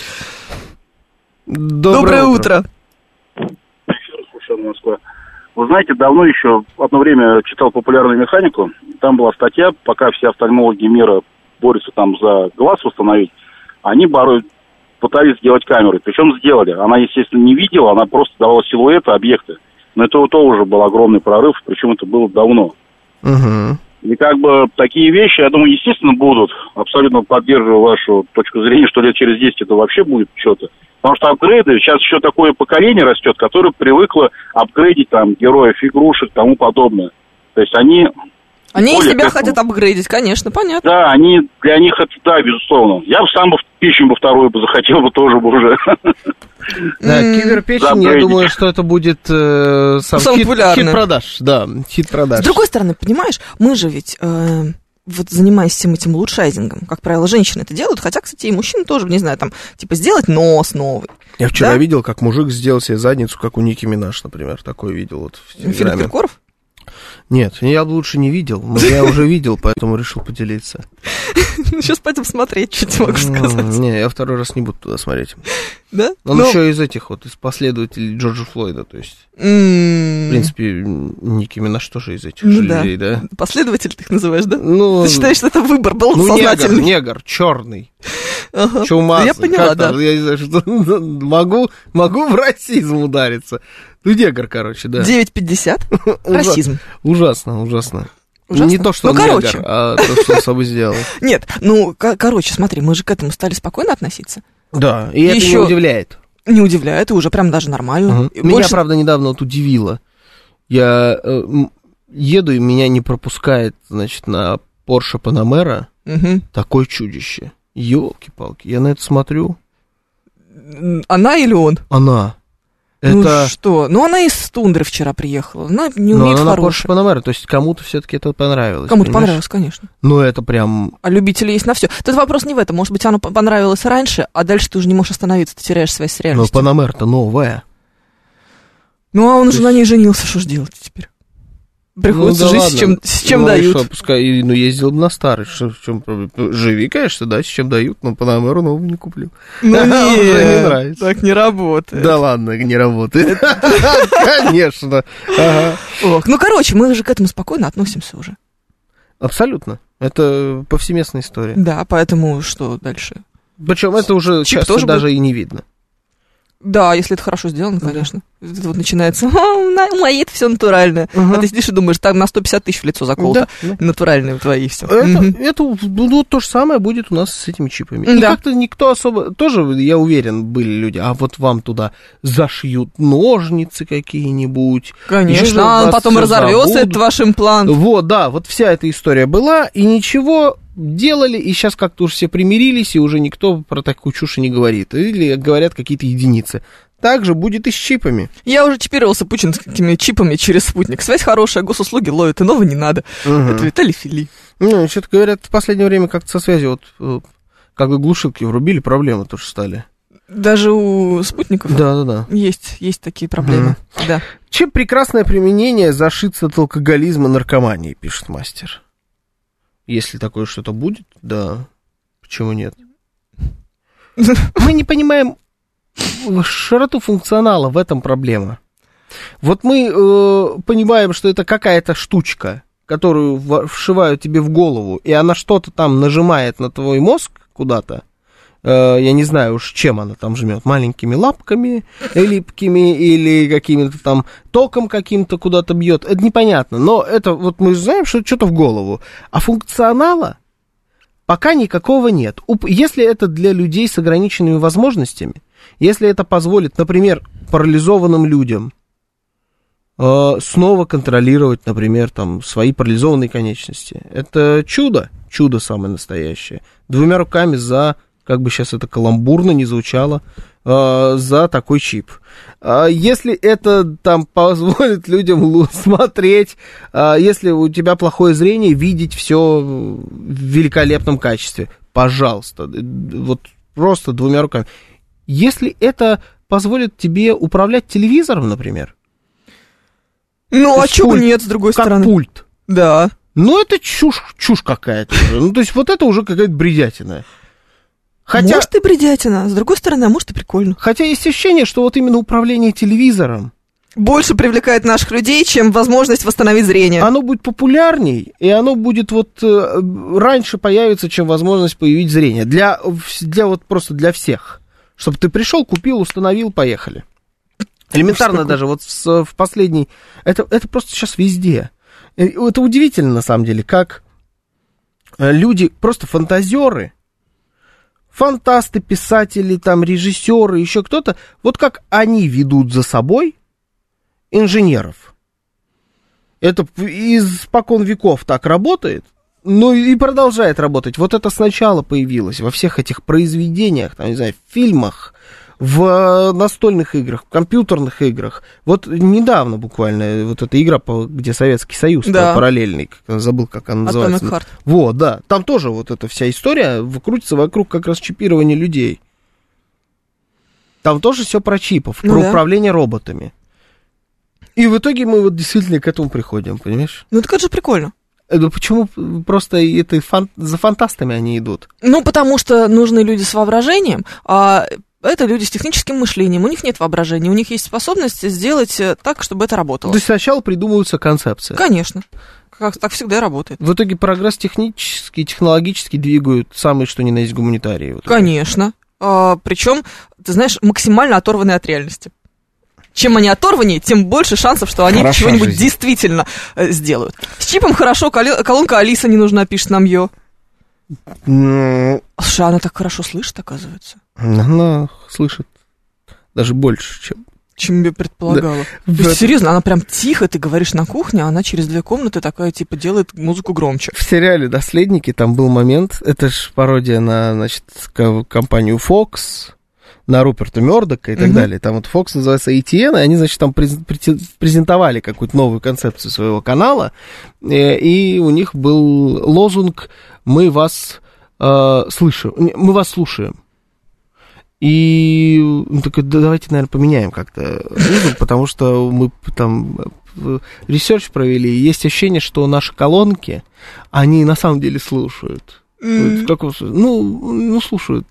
Доброе утро. Слушаю, Москва. Вы знаете, давно еще, одно время читал «Популярную механику», там была статья, пока все офтальмологи мира борются там за глаз восстановить, они пытались сделать камеру, причем сделали. Она, естественно, не видела, она просто давала силуэты, объекты, но это тоже был огромный прорыв, причем это было давно. Угу. И как бы такие вещи, я думаю, естественно, будут. Абсолютно поддерживаю вашу точку зрения, что лет через 10 это вообще будет что-то. Потому что апгрейды, сейчас еще такое поколение растет, которое привыкло апгрейдить там героев, игрушек и тому подобное. То есть они себя хотят апгрейдить, конечно, понятно. Да, для них это, да, безусловно. Я бы сам печень бы вторую захотел бы тоже бы уже. Да, киберпечень, я думаю, что это будет хит продаж. Да, хит продаж. С другой стороны, понимаешь, мы же ведь... вот занимаясь всем этим улучшайзингом, как правило, женщины это делают, хотя, кстати, и мужчины тоже, не знаю, там, типа, сделать нос новый. Я вчера видел, как мужик сделал себе задницу, как у Ники Минаж, например, такой видел вот в Телеграме. Филипп Киркоров? Нет, я лучше не видел, но я уже видел, поэтому решил поделиться. Сейчас пойдем смотреть, что тебе могу сказать. Не, я второй раз не буду туда смотреть. Да? Он еще из этих вот, из последователей Джорджа Флойда, то есть, в принципе, Ники Минаж тоже из этих людей, да? Последователь ты их называешь, да? Ты считаешь, что это выбор был сознательный? Негр, черный. Ага. Чумазый. Я поняла, да. Я не знаю, что могу в расизм удариться. Ну, негр, короче, да. 9.50. Расизм. Ужасно. Не то, что он негр, а то, что он с собой сделал. Нет, короче, смотри, мы же к этому стали спокойно относиться. Да, и это не удивляет. Не удивляет, и уже прям даже нормально. Меня, правда, недавно вот удивило. Я еду, и меня не пропускает, значит, на Porsche Panamera такое чудище. Ёлки-палки, я на это смотрю. Она или он? Она. Ну что? Ну она из Тундры вчера приехала. Она не умеет в хорошее. Но она на Porsche Panamera, то есть кому-то все-таки это понравилось. Кому-то понравилось, конечно. Ну это прям... А любители есть на все. Тут вопрос не в этом. Может быть, оно понравилось раньше, а дальше ты уже не можешь остановиться, ты теряешь связь с реальностью. Но Panamera-то новая. Ну а он уже на ней женился, что ж делать теперь? Приходится жить с чем дают. Что, пускай, ездил бы на старый, в чем проблема? Живи, конечно, да, с чем дают, но Panamera новую не куплю. Ну нет, не нравится. Так не работает. Да ладно, не работает. Конечно. Ну, короче, мы же к этому спокойно относимся уже. Абсолютно. Это повсеместная история. Да, поэтому что дальше? Причем это уже часто даже и не видно. Да, если это хорошо сделано, конечно. Это вот начинается, мои это все натуральное. А ты сидишь и думаешь, там на 150 тысяч в лицо заколото. Натуральные твои все. Это то же самое будет у нас с этими чипами. И как-то никто особо, тоже, я уверен, были люди, а вот вам туда зашьют ножницы какие-нибудь. Конечно, потом разорвется этот ваш имплант. Вот, да, вот вся эта история была, и ничего делали, и сейчас как-то уже все примирились, и уже никто про такую чушь не говорит. Или говорят какие-то единицы. Так же будет и с чипами. Я уже чипировался путинскими чипами через спутник. Связь хорошая, госуслуги ловят, и нового не надо. Это Виталий Фили. Ну, что-то говорят, в последнее время как-то со связью, вот, когда глушилки врубили, проблемы тоже стали. Даже у спутников? Да. Есть такие проблемы, да. Чип — прекрасное применение, зашиться от алкоголизма, наркомании, пишет мастер. Если такое что-то будет, да, почему нет? Мы не понимаем широту функционала, в этом проблема. Вот мы понимаем, что это какая-то штучка, которую вшивают тебе в голову, и она что-то там нажимает на твой мозг куда-то, я не знаю уж, чем она там жмет, маленькими лапками липкими или каким-то там током каким-то куда-то бьет, это непонятно, но это вот мы знаем, что это что-то в голову, а функционала пока никакого нет. Если это для людей с ограниченными возможностями, если это позволит, например, парализованным людям снова контролировать, например, там, свои парализованные конечности, это чудо самое настоящее. 2 руками за, как бы сейчас это каламбурно не звучало, за такой чип. Если это там позволит людям смотреть, если у тебя плохое зрение, видеть все в великолепном качестве, пожалуйста, вот просто 2 руками. Если это позволит тебе управлять телевизором, например. Ну, а чего нет, с другой стороны? Как пульт. Да. Ну, это чушь какая-то уже. Ну, то есть, вот это уже какая-то бредятина. Хотя, может, и бредятина, с другой стороны, а может, и прикольно. Хотя есть ощущение, что вот именно управление телевизором больше привлекает наших людей, чем возможность восстановить зрение. Оно будет популярней, и оно будет вот раньше появится, чем возможность появить зрение. Для вот просто для всех. Чтобы ты пришел, купил, установил, поехали. Элементарно даже вот в последний... Это просто сейчас везде. Это удивительно, на самом деле, как люди, просто фантазеры, фантасты, писатели, там, режиссеры, еще кто-то, вот как они ведут за собой инженеров. Это испокон веков так работает, ну и продолжает работать. Вот это сначала появилось во всех этих произведениях, там, не знаю, в фильмах, в настольных играх, в компьютерных играх. Вот недавно буквально вот эта игра, где Советский Союз, да, параллельный, забыл, как она называется. Atomic Heart. Вот, да, там тоже вот эта вся история крутится вокруг как раз чипирования людей. Там тоже все про чипов, про управление роботами. И в итоге мы вот действительно к этому приходим, понимаешь? Ну, так это же прикольно. Ну, почему просто это за фантастами они идут? Ну, потому что нужны люди с воображением, а это люди с техническим мышлением. У них нет воображения, у них есть способность сделать так, чтобы это работало. То есть сначала придумываются концепции. Конечно. Так всегда и работает. В итоге прогресс технический, технологически двигают самые что ни на есть гуманитарии. Вот. Конечно. Причем, ты знаешь, максимально оторванные от реальности. Чем они оторваннее, тем больше шансов, что они чего-нибудь действительно сделают. С чипом хорошо, колонка Алиса не нужна, пишет нам Йо. Слушай, она так хорошо слышит, оказывается. Она слышит даже больше, чем я предполагала. Да. Серьезно, она прям тихо, ты говоришь на кухне, а она через 2 комнаты такая, типа, делает музыку громче. В сериале «Наследники» там был момент, это же пародия на, значит, компанию Fox, на Руперта Мёрдока и так далее. Там вот Fox называется ATN, и они, значит, там презентовали какую-то новую концепцию своего канала, и у них был лозунг «Мы вас слышим, мы вас слушаем». И он такой, да, давайте, наверное, поменяем как-то лозунг, потому что мы там ресерч провели, и есть ощущение, что наши колонки, они на самом деле слушают. Ну, слушают.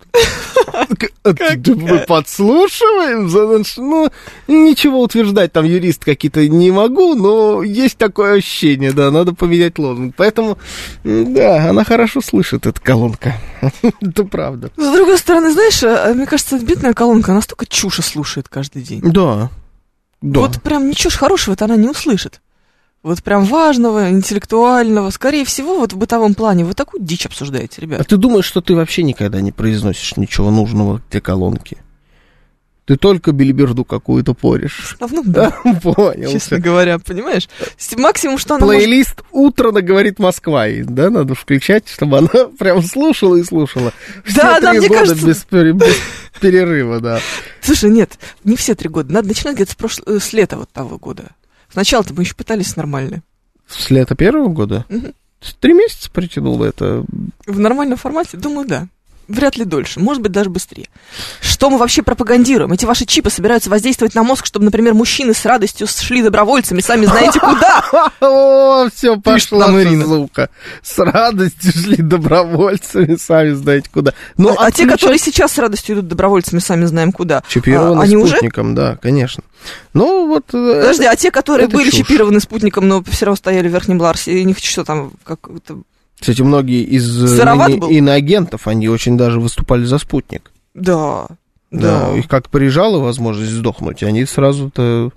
Мы подслушиваем? Ну, ничего утверждать, там юрист какие-то не могу, но есть такое ощущение, да, надо поменять лозунг. Поэтому, да, она хорошо слышит, эта колонка. Это правда. С другой стороны, знаешь, мне кажется, бедная колонка, она столько чуши слушает каждый день. Да. Вот прям ничего хорошего-то она не услышит. Вот прям важного, интеллектуального. Скорее всего, вот в бытовом плане вы такую дичь обсуждаете, ребят. А ты думаешь, что ты вообще никогда не произносишь ничего нужного для колонки? Ты только белиберду какую-то порешь. Да, понял. Честно говоря, понимаешь? Максимум, что она плейлист «Утро говорит Москва», да, надо включать, чтобы она прям слушала и слушала. Да, да, мне кажется... без перерыва, да. Слушай, нет, не все 3 года. Надо начинать где-то с лета вот того года. Сначала-то мы еще пытались нормально. С лета 1-го года? 3 месяца притянуло это. В нормальном формате? Думаю, да. Вряд ли дольше, может быть, даже быстрее. Что мы вообще пропагандируем? Эти ваши чипы собираются воздействовать на мозг, чтобы, например, мужчины с радостью шли добровольцами, сами знаете куда. О, все, пошла звука. С радостью шли добровольцами, сами знаете куда. А те, которые сейчас с радостью идут добровольцами, сами знаем куда. Чипированы спутником, да, конечно. Ну, вот... Подожди, а те, которые были чипированы спутником, но все равно стояли в Верхнем Ларсе, и них что там, как-то... Кстати, многие из иноагентов, они очень даже выступали за спутник. Да. Их как прижала возможность сдохнуть, они сразу-то...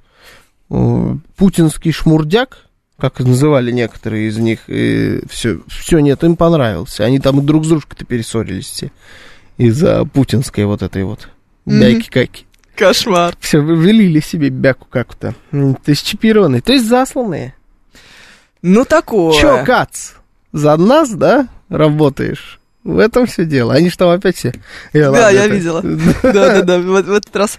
Путинский шмурдяк, как называли некоторые из них, все нет, им понравилось. Они там друг с дружкой-то перессорились все из-за путинской вот этой вот бяки-каки. Кошмар. Все, вылили себе бяку как-то. То есть чипированные, то есть засланные. Ну, такое. Чё, Кац? За нас, да, работаешь? В этом все дело. Они же там опять все... Да, я видела. Да, в этот раз.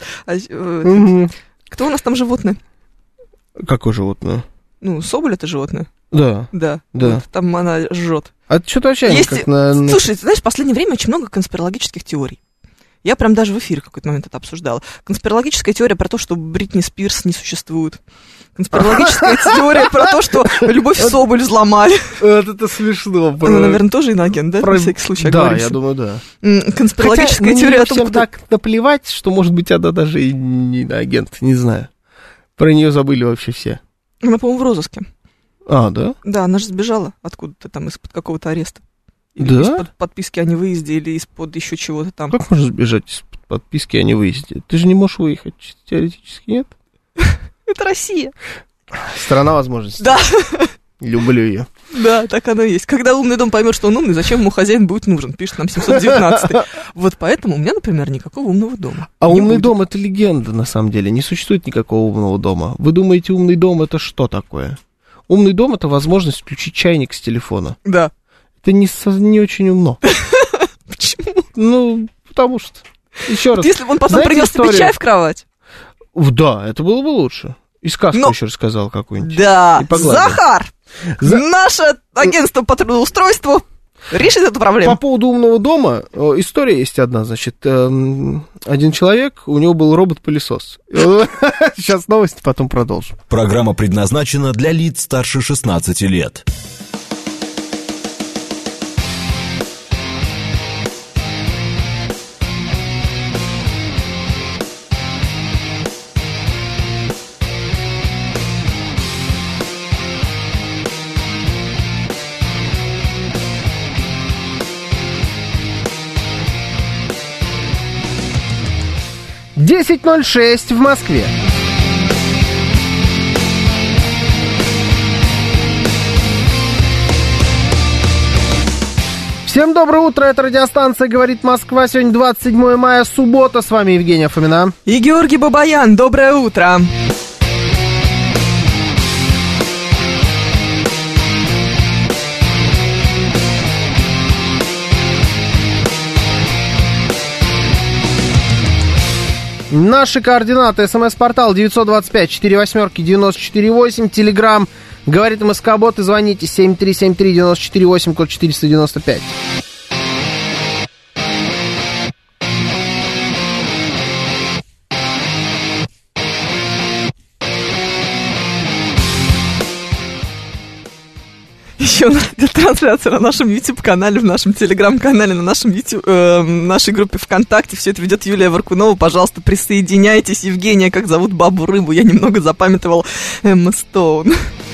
Кто у нас там животное? Какое животное? Ну, соболь — это животное. Да. Вот, там она жжет. А что-то вообще... Слушай, знаешь, в последнее время очень много конспирологических теорий. Я прям даже в эфире в какой-то момент это обсуждала. Конспирологическая теория про то, что Бритни Спирс не существует. Конспирологическая теория про то, что Любовь Соболь взломали. Вот это смешно. Она, наверное, тоже иноагент, да? На всякий случай. Да, я думаю, да. Конспирологическая теория о том, что... так наплевать, что, может быть, она даже и не иноагент, не знаю. Про нее забыли вообще все. Она, по-моему, в розыске. А, да? Да, она же сбежала откуда-то там, из-под какого-то ареста. Или да? Из-под подписки о невыезде, или из-под еще чего-то там. Как можно сбежать из-под подписки о невыезде? Ты же не можешь выехать, теоретически, нет? Это Россия. Страна возможностей. Да. Люблю ее. Да, так оно и есть. Когда умный дом поймет, что он умный, зачем ему хозяин будет нужен? Пишет нам 719. Вот поэтому у меня, например, никакого умного дома. А умный дом — это легенда, на самом деле. Не существует никакого умного дома. Вы думаете, умный дом — это что такое? Умный дом — это возможность включить чайник с телефона. Да. Это не очень умно. Почему? Ну, потому что... Еще раз. Если бы он потом принес тебе чай в кровать. Да, это было бы лучше. И сказку еще рассказал какую-нибудь. Да, Захар! Наше агентство по трудоустройству решит эту проблему. По поводу умного дома история есть одна. Значит, один человек, у него был робот-пылесос. Сейчас новости, потом продолжим. Программа предназначена для лиц старше 16 лет. «10:06 в Москве». Всем доброе утро, это радиостанция «Говорит Москва». Сегодня 27 мая, суббота. С вами Евгения Фомина. И Георгий Бабаян. Доброе утро. Наши координаты. СМС-портал 925-48-94-8. Телеграм «Говорит МСК-бот». И звоните 7373-94-8, код 495. Еще идет трансляция на нашем YouTube-канале, в нашем Telegram-канале, на нашем нашей группе ВКонтакте. Все это ведет Юлия Варкунова. Пожалуйста, присоединяйтесь. Евгения, как зовут бабу-рыбу? Я немного запамятовал. Эмма Стоун.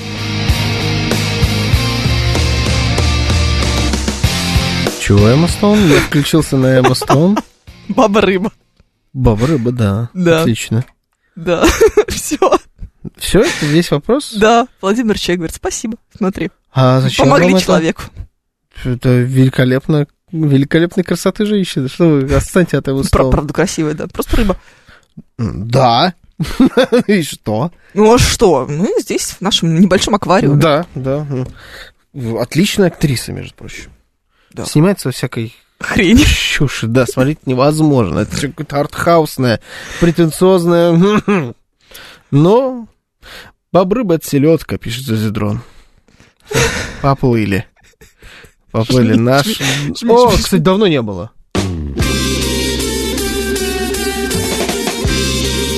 Чего Эмма Стоун? Я включился на Эмма Стоун. Баба-рыба. Баба-рыба, да. Отлично. Да, все. Все, это весь вопрос? Да, Владимир Чай говорит, спасибо, смотри. А зачем помогли человеку. Это великолепно. Великолепной красоты женщины. Что вы отстаньте от Эммы Стоун? Правда красивая, да. Просто рыба. Да. И что? Ну а что? Мы здесь, в нашем небольшом аквариуме. Да, да. Отличная актриса, между прочим. Да. Снимается во всякой хрень. Чушь, да, смотреть невозможно. Это все какое-то артхаусное, претенциозное. Но баба-рыба — это селедка, пишет Зазидрон. Поплыли. Поплыли. Наш... О, кстати, давно не было.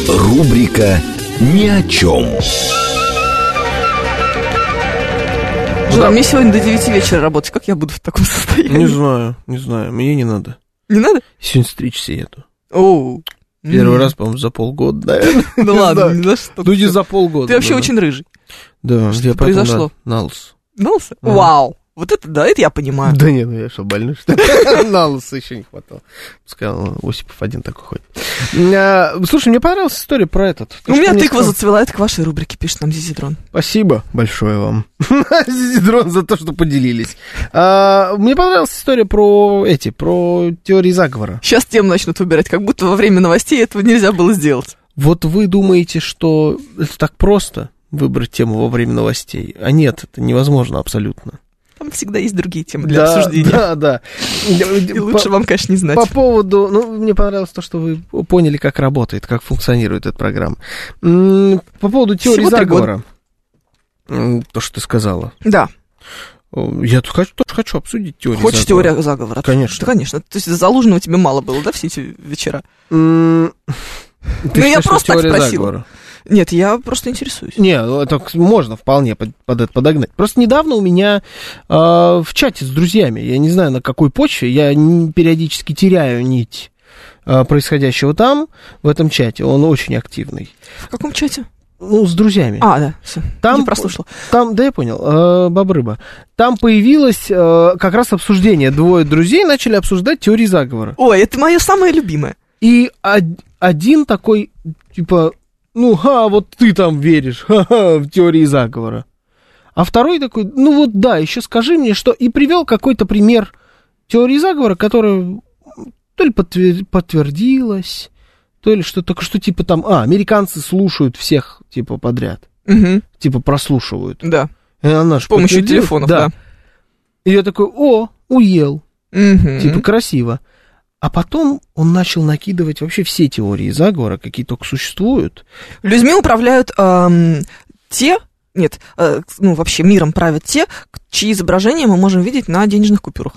Рубрика «Ни о чем». Жора, мне сегодня до 9 вечера работать. Как я буду в таком состоянии? Не знаю. Мне не надо. Не надо? Сегодня стричься еду. Оу. Первый раз, по-моему, за полгода, наверное. Ну ладно, не за что. Ну, не за полгода. Ты вообще очень рыжий. Да, что произошло? На лысо. На лысо? Вау. Вот это да, это я понимаю. Да нет, ну я что, больной, что ли? На лысо еще не хватало. Пускай Осипов один такой ходит. Слушай, мне понравилась история про этот. У меня тыква зацвела, это к вашей рубрике, пишет нам Зизидрон. Спасибо большое вам, Зизидрон, за то, что поделились. Мне понравилась история про теории заговора. Сейчас тему начнут выбирать, как будто во время новостей этого нельзя было сделать. Вот вы думаете, что это так просто выбрать тему во время новостей? А нет, это невозможно абсолютно. Там всегда есть другие темы для обсуждения. Да. И лучше вам, конечно, не знать. По поводу... мне понравилось то, что вы поняли, как работает, как функционирует эта программа. По поводу теории заговора. То, что ты сказала. Да. Я тоже хочу обсудить теорию заговора. Хочешь теорию заговора? Конечно. Да, конечно. То есть Залужного тебе мало было, да, все эти вечера? Я просто так спросила. Нет, я просто интересуюсь. Не, это можно вполне под это подогнать. Просто недавно у меня в чате с друзьями, я не знаю, на какой почве, я периодически теряю нить происходящего там, в этом чате. Он очень активный. В каком чате? С друзьями. Да, все. Там, не прослушал. Там, да, я понял, баба-рыба. Там появилось как раз обсуждение. Двое друзей начали обсуждать теории заговора. Ой, это мое самое любимое. И один такой, типа... вот ты там веришь, в теории заговора. А второй такой, да, еще скажи мне, что... И привел какой-то пример теории заговора, которая то ли подтвердилась, то ли что, только что типа там, американцы слушают всех, типа, подряд. Угу. Типа прослушивают. Да. С помощью телефонов, да. И я такой, уел. Угу. Типа красиво. А потом он начал накидывать вообще все теории заговора, какие только существуют. Людьми управляют вообще миром правят те, чьи изображения мы можем видеть на денежных купюрах.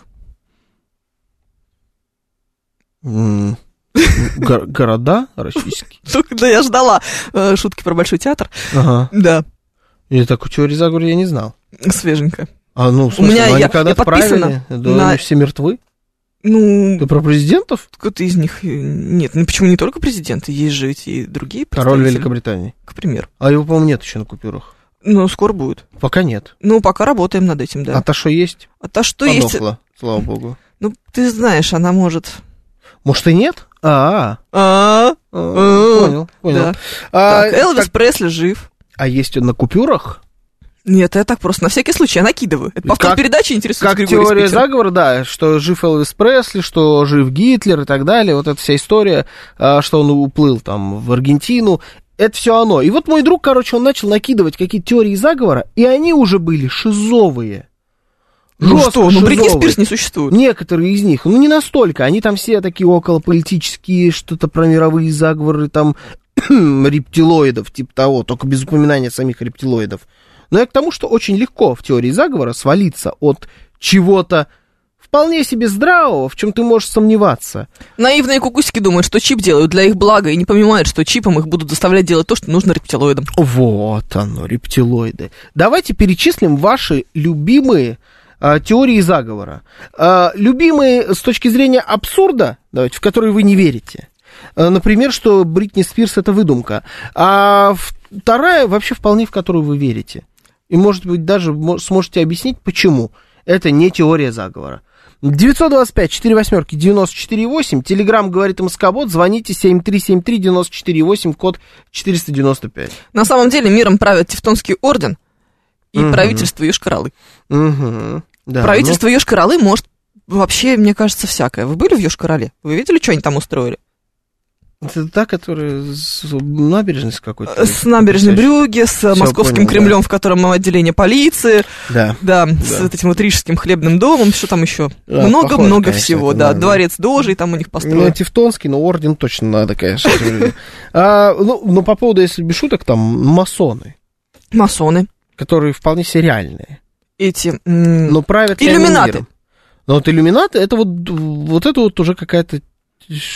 Города российские. Да, я ждала шутки про Большой театр. Ага. Да. И такую теорию заговора я не знал. Свеженько. В смысле, у меня они когда-то правили? Да, они все мертвы? Ты про президентов? Кто-то из них... Нет, почему не только президенты? Есть же и другие представители. Король Великобритании. К примеру. А его, по-моему, нет еще на купюрах. Скоро будет. Пока нет. Пока работаем над этим, да. А то, что есть? Подохла, есть. Слава богу. Ты знаешь, она может... Может, и нет? Понял. Да. Элвис Пресли жив. А есть он на купюрах? Нет, я так просто на всякий случай, я накидываю. Это повтор передачи интересует как Григорий теория заговора, да, что жив Элвис Пресли, что жив Гитлер и так далее. Вот эта вся история, что он уплыл там в Аргентину. Это все оно. И вот мой друг, он начал накидывать какие-то теории заговора, и они уже были шизовые. Бритни Спирс не существует. Некоторые из них, не настолько. Они там все такие околополитические, что-то про мировые заговоры, там, рептилоидов, типа того, только без упоминания самих рептилоидов. Но я к тому, что очень легко в теории заговора свалиться от чего-то вполне себе здравого, в чем ты можешь сомневаться. Наивные кукусики думают, что чип делают для их блага, и не понимают, что чипом их будут заставлять делать то, что нужно рептилоидам. Вот оно, рептилоиды. Давайте перечислим ваши любимые теории заговора. Любимые с точки зрения абсурда, давайте, в которые вы не верите. Например, что Бритни Спирс — это выдумка. А вторая вообще вполне, в которую вы верите. И, может быть, даже сможете объяснить, почему. Это не теория заговора. 925-48-94-8, Телеграм говорит МСК-бот, звоните 7373-94-8, код 495. На самом деле миром правят Тевтонский орден и правительство Йошкар-Олы. Да, правительство Йошкар-Олы может вообще, мне кажется, всякое. Вы были в Йошкар-Оле? Вы видели, что они там устроили? Это та, которая с набережной с какой-то? С набережной Брюгге, с Московским Кремлем, в котором отделение полиции. Да. С этим вот Рижским хлебным домом, что там еще? Много-много всего, да. Дворец Дожей там у них построен. Тевтонский, но орден точно надо, конечно. Но по поводу, если без шуток, там масоны. Масоны. Которые вполне себе реальные. Эти... Но правят иллюминаты. Но вот иллюминаты, это вот это вот уже какая-то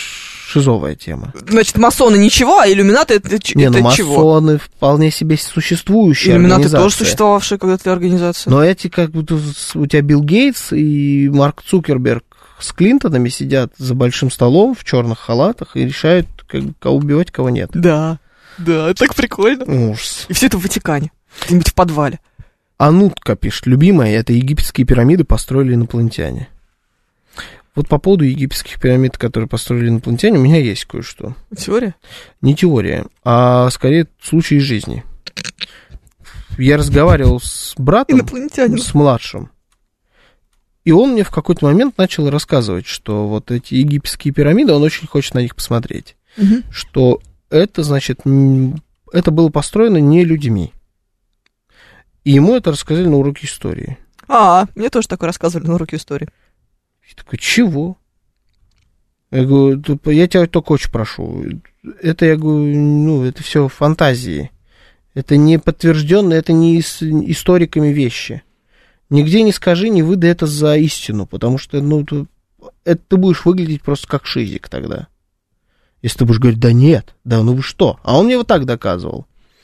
шизовая тема. Значит, масоны ничего, а иллюминаты это чего? Масоны вполне себе существующие иллюминаты организации. тоже существовавшие когда-то организации. Но эти, как будто у тебя Билл Гейтс и Марк Цукерберг с Клинтонами сидят за большим столом в черных халатах и решают, кого убивать, кого нет. Да, так прикольно. Ужас. И все это в Ватикане, где-нибудь в подвале. Анутка пишет, любимая, это египетские пирамиды построили инопланетяне. Вот по поводу египетских пирамид, которые построили инопланетяне, у меня есть кое-что. Теория? Не теория, а скорее случай из жизни. Я разговаривал с братом, с младшим, и он мне в какой-то момент начал рассказывать, что вот эти египетские пирамиды, он очень хочет на них посмотреть. Что это, значит, это было построено не людьми. И ему это рассказали на уроке истории. Мне тоже такое рассказывали на уроке истории. Я такой, чего? Я говорю, я тебя только очень прошу. Это, я говорю, это все фантазии. Это не подтвержденные, это не историками вещи. Нигде не скажи, не выдай это за истину, потому что, это ты будешь выглядеть просто как шизик тогда. Если ты будешь говорить, да нет, да ну вы что? А он мне вот так доказывал.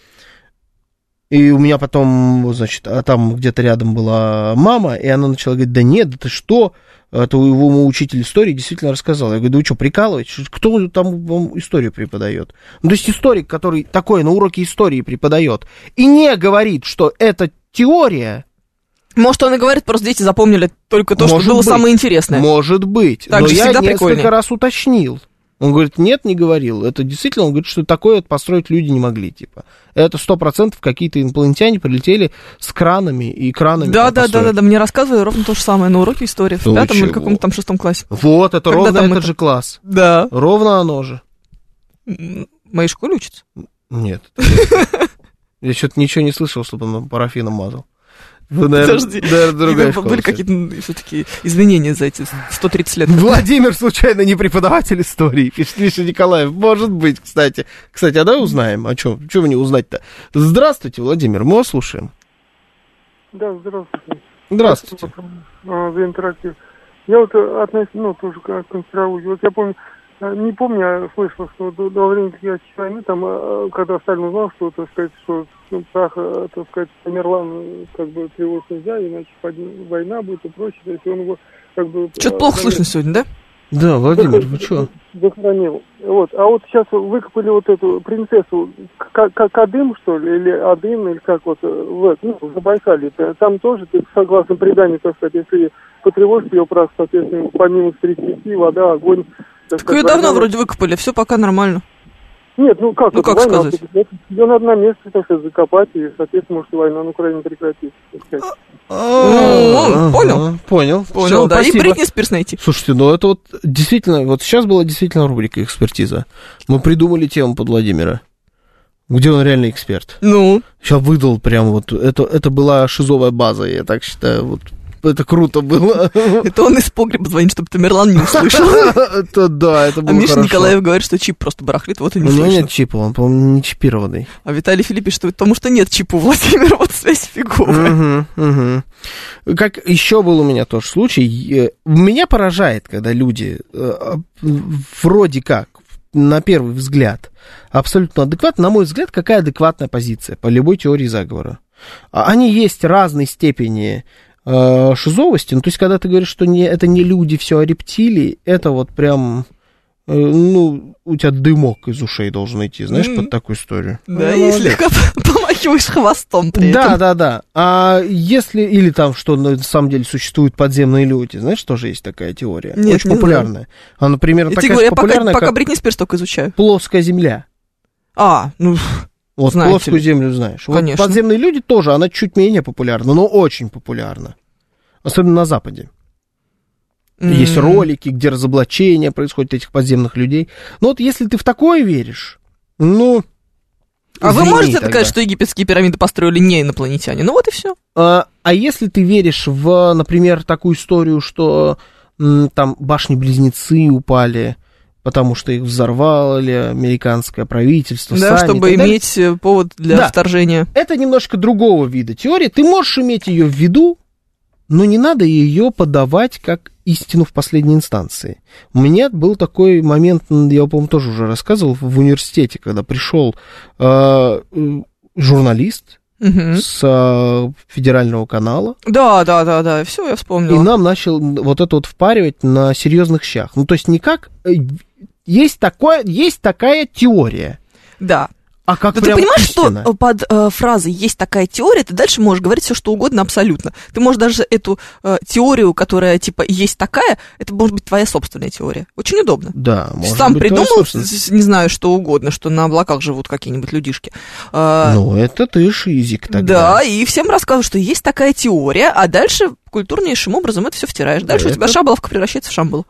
И у меня потом, значит, там где-то рядом была мама, и она начала говорить, да нет, да ты что? Это его учитель истории действительно рассказал. Я говорю, да вы что, прикалываетесь? Кто там вам историю преподает? То есть историк, который такое на уроке истории преподает, и не говорит, что это теория. Может, он и говорит, просто дети запомнили только то, что было самое интересное. Может быть, так но же я несколько прикольнее. раз уточнил. Он говорит, нет, не говорил. Это действительно, он говорит, что такое построить люди не могли, типа. Это 100% какие-то инопланетяне прилетели с кранами и кранами. Да, мне рассказывали ровно то же самое на уроке истории в 5 или каком-то там 6 классе. Вот, это когда ровно этот же класс. Да. Ровно оно же. В моей школе учится? Нет. Я что-то ничего не слышал, чтобы он парафином мазал. Вы, наверное, подожди, другая школа. Были какие-то все-таки изменения за эти 130 лет. Владимир, случайно, не преподаватель истории, пишет Миша Николаев. Может быть, кстати. Кстати, а давай узнаем. А что вы не узнать-то? Здравствуйте, Владимир, мы вас слушаем. Да, здравствуйте. Здравствуйте. За интерактив. Я вот относительно, тоже к конспирологии. Вот я помню, не помню, а слышал, что до времени Китайской войны, там, когда Сталин узнал, что, так сказать, что Праха, так сказать, Тамерлан, как бы, тревожить нельзя, иначе война будет и прочее, то есть он его, как бы... Что-то плохо слышно сегодня, да? Да, Владимир, вы что? Захоронил. Вот. А вот сейчас выкопали вот эту принцессу Кадым, что ли, или Адым, или как вот, в Забайкалье. Там тоже, согласно преданию, так сказать, если потревожить ее прах, соответственно, помимо 30, вода, огонь... Так ее давно вроде выкопали, все пока нормально. Нет, как сказать? Ее надо на месте, так сказать, закопать, и, соответственно, может, и война на Украине прекратится. Понял. Все, да, спасибо. И Бритни Спирс найти. Слушайте, это вот действительно, вот сейчас была действительно рубрика «Экспертиза». Мы придумали тему под Владимира, где он реальный эксперт. Сейчас выдал прям вот, это была шизовая база, я так считаю, вот. Это круто было. Это он из погреба звонит, чтобы Тамерлан не услышал. Это да, это было хорошо. А Миша Николаев говорит, что чип просто барахлит, вот и не слышно. У него нет чипа, он, по-моему, не чипированный. А Виталий Филипп пишет, потому что нет чипа у Владимира, вот связь фиговая. Как еще был у меня тоже случай. Меня поражает, когда люди вроде как, на первый взгляд, абсолютно адекватны. На мой взгляд, какая адекватная позиция по любой теории заговора. Они есть разной степени шизовости, то есть, когда ты говоришь, что это не люди, все, а рептилии, это вот прям, у тебя дымок из ушей должен идти, знаешь, под такую историю. Да, и слегка помахиваешь хвостом при этом. Да. А если, или там, что на самом деле существуют подземные люди, знаешь, тоже есть такая теория, нет, очень популярная. Она, примерно, такая же популярная, пока Бритни Спирс только изучаю. Плоская земля. Вот плоскую землю знаешь. Конечно. Вот подземные люди тоже, она чуть менее популярна, но очень популярна. Особенно на Западе. Есть ролики, где разоблачение происходит этих подземных людей. Но вот если ты в такое веришь, А вы можете сказать, что египетские пирамиды построили не инопланетяне? Вот и все. А если ты веришь в, например, такую историю, что там башни-близнецы упали, потому что их взорвали американское правительство. Да, чтобы иметь повод для вторжения. Это немножко другого вида теории. Ты можешь иметь ее в виду, но не надо ее подавать как истину в последней инстанции. У меня был такой момент, я, по-моему, тоже уже рассказывал, в университете, когда пришел журналист с федерального канала. Да, все, я вспомнила. И нам начал вот это вот впаривать на серьезных щах. Ну, то есть никак... Есть такая теория. Да. А как ты прям понимаешь, истина? что под фразой «есть такая теория» ты дальше можешь говорить все, что угодно абсолютно. Ты можешь даже эту теорию, которая типа «есть такая», это может быть твоя собственная теория. Очень удобно. Да, может сам быть, придумал, не знаю, что угодно, что на облаках живут какие-нибудь людишки. Ну, это ты шизик тогда. Да, и всем рассказывают, что есть такая теория, а дальше культурнейшим образом это все втираешь. Дальше у тебя шаболовка превращается в шамбалу.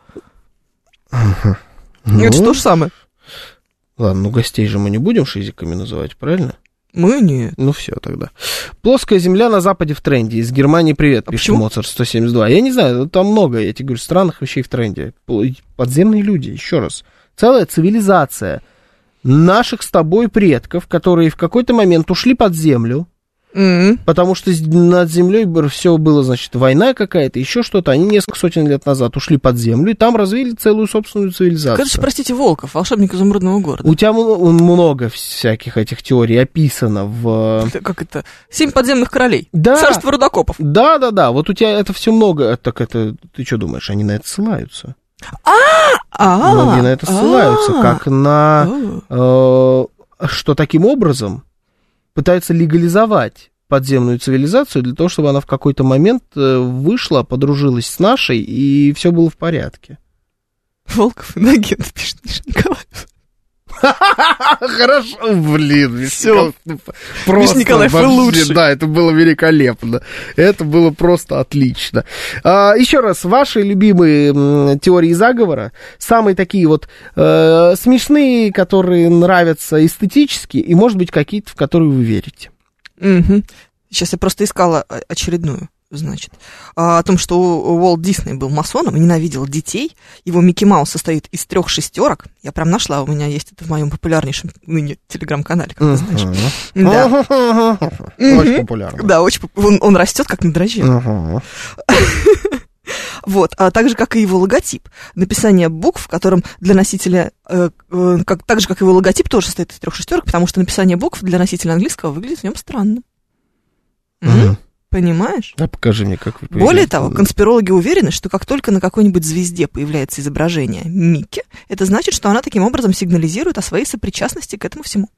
Это то же самое. Ладно, ну гостей же мы не будем шизиками называть, правильно? Мы нет. Ну все тогда. Плоская земля на Западе в тренде. Из Германии привет, пишет Моцарт 172. Я не знаю, там много, я тебе говорю, странных вещей в тренде. Подземные люди, еще раз. Целая цивилизация наших с тобой предков, которые в какой-то момент ушли под землю, потому что над землей все было, значит, война какая-то, еще что-то. Они несколько сотен лет назад ушли под землю и там развили целую собственную цивилизацию. Кажется, простите, Волков, волшебник изумрудного города. У тебя много всяких этих теорий описано в... Как это? 7 подземных королей. Да. Царство рудокопов. Да. Вот у тебя это все много. Так это... Ты что думаешь, они на это ссылаются? Многие на это ссылаются, как на... Что таким образом пытаются легализовать подземную цивилизацию для того, чтобы она в какой-то момент вышла, подружилась с нашей, и все было в порядке. Волков и Нагин, пишет Миша Николаев. Хорошо, блин, все. Просто Николаев, вы лучший. Да, это было великолепно. Это было просто отлично. Еще раз, ваши любимые теории заговора, самые такие вот смешные, которые нравятся эстетически, и, может быть, какие-то, в которые вы верите. Сейчас я просто искала очередную. Значит, о том, что Уолт Дисней был масоном и ненавидел детей. Его Микки Маус состоит из 3 шестерок. Я прям нашла, у меня есть это в моем популярнейшем ныне телеграм-канале, как ты знаешь. Да. Очень популярно. Да, очень он растет как на дрожжи. Вот, а так же, как и его логотип. Написание букв, в котором для носителя, так же, как и его логотип, тоже состоит из 3 шестерок, потому что написание букв для носителя английского выглядит в нем странно. Понимаешь? Да, покажи мне, как вы понимаете. Более того, конспирологи уверены, что как только на какой-нибудь звезде появляется изображение Микки, это значит, что она таким образом сигнализирует о своей сопричастности к этому всему.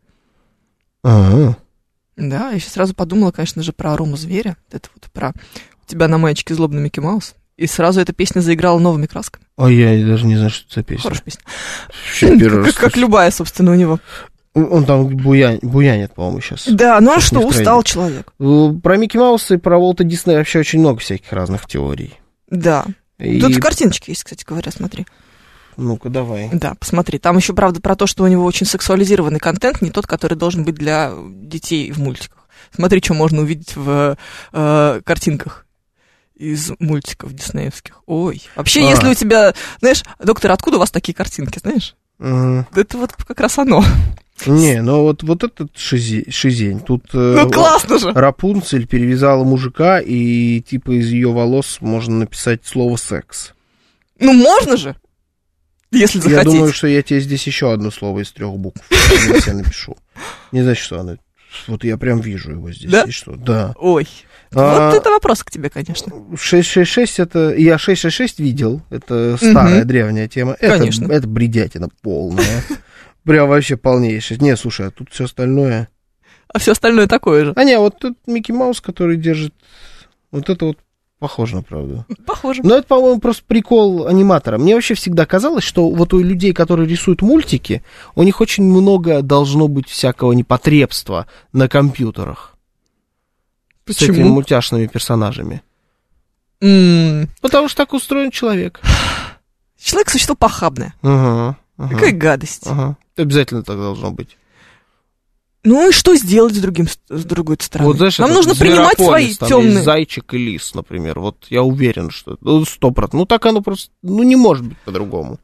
Да, я сейчас сразу подумала, конечно же, про Рому Зверя. Это вот про «У тебя на маечке злобный Микки Маус». И сразу эта песня заиграла новыми красками. А я даже не знаю, что это за песня. Хорошая песня. Как любая, собственно, у него. Он там буянит, по-моему, сейчас. Да, ну а что, устал человек. Про Микки Мауса и про Уолта Диснея вообще очень много всяких разных теорий. Да. Тут картиночки есть, кстати говоря, смотри. Ну-ка, давай. Да, посмотри. Там еще, правда, про то, что у него очень сексуализированный контент, не тот, который должен быть для детей в мультиках. Смотри, что можно увидеть в картинках из мультиков диснеевских. Ой. Вообще, если у тебя, знаешь, доктор, откуда у вас такие картинки, знаешь? Это вот как раз оно. Не, ну вот этот шизень. Тут классно же. Рапунцель перевязала мужика, и типа из ее волос можно написать слово «секс». Ну, можно же, если захотите. Я думаю, что я тебе здесь еще одно слово из 3 букв я напишу. Не знаю, что оно. Вот я прям вижу его здесь. Да? И что? Да. Ой. Вот это вопрос к тебе, конечно. 666 это... Я 666 видел. Это старая, древняя тема. Конечно. Это бредятина полная. Прям вообще полнейшая. Не, слушай, а тут все остальное... А все остальное такое же. А не, вот тут Микки Маус, который держит... Вот это вот похоже на правду. Похоже. Но это, по-моему, просто прикол аниматора. Мне вообще всегда казалось, что вот у людей, которые рисуют мультики, у них очень много должно быть всякого непотребства на компьютерах. Почему? С этими мультяшными персонажами. Потому что так устроен человек. Человек — существо похабное. Какая гадость. Обязательно так должно быть. Ну и что сделать с другой стороны? Вот, знаешь, нам нужно принимать свои темные... Зайчик и лис, например. Вот я уверен, что 100%. Ну так оно просто... Ну не может быть по-другому.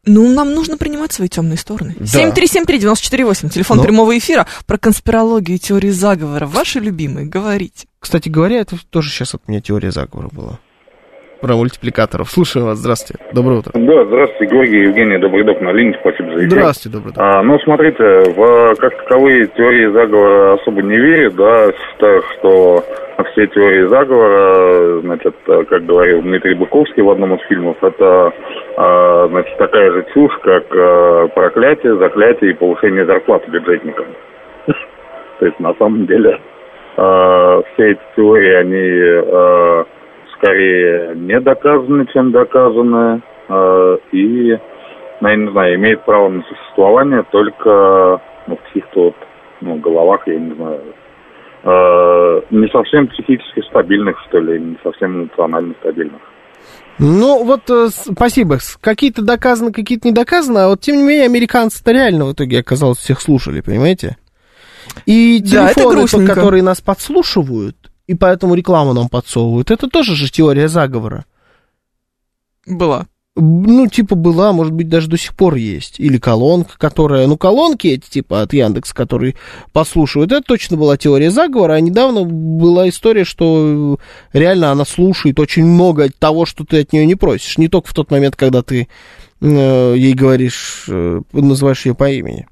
Ну, нам нужно принимать свои темные стороны. Да. 7373948, телефон прямого эфира. Про конспирологию и теории заговора. Ваши любимые, говорите. Кстати говоря, это тоже сейчас от меня теория заговора была. Про мультипликаторов. Слушаю вас, здравствуйте. Доброе утро. Да, здравствуйте, Георгий, Евгений, добрый док на линии, спасибо за эфир. Здравствуйте, добрый док. Ну, смотрите, в как таковые теории заговора особо не верю, да, считаю, что все теории заговора, значит, как говорил Дмитрий Быковский в одном из фильмов, это, значит, такая же чушь, как проклятие, заклятие и повышение зарплаты бюджетникам. То есть, на самом деле, все эти теории, они скорее не доказаны, чем доказаны, и, я не знаю, имеют право на существование только в каких-то головах, я не знаю, не совсем психически стабильных, что ли, не совсем эмоционально стабильных. Ну, вот, спасибо. Какие-то доказаны, какие-то не доказаны, а вот, тем не менее, американцы-то реально в итоге, оказалось, всех слушали, понимаете? И телефоны, которые нас подслушивают, и поэтому рекламу нам подсовывают, это тоже же теория заговора. Была. Ну, типа была, может быть, даже до сих пор есть. Или колонка, которая... Ну, колонки эти, типа, от Яндекса, которые подслушивают, это точно была теория заговора. А недавно была история, что реально она слушает очень много того, что ты от нее не просишь. Не только в тот момент, когда ты ей говоришь, называешь ее по имени.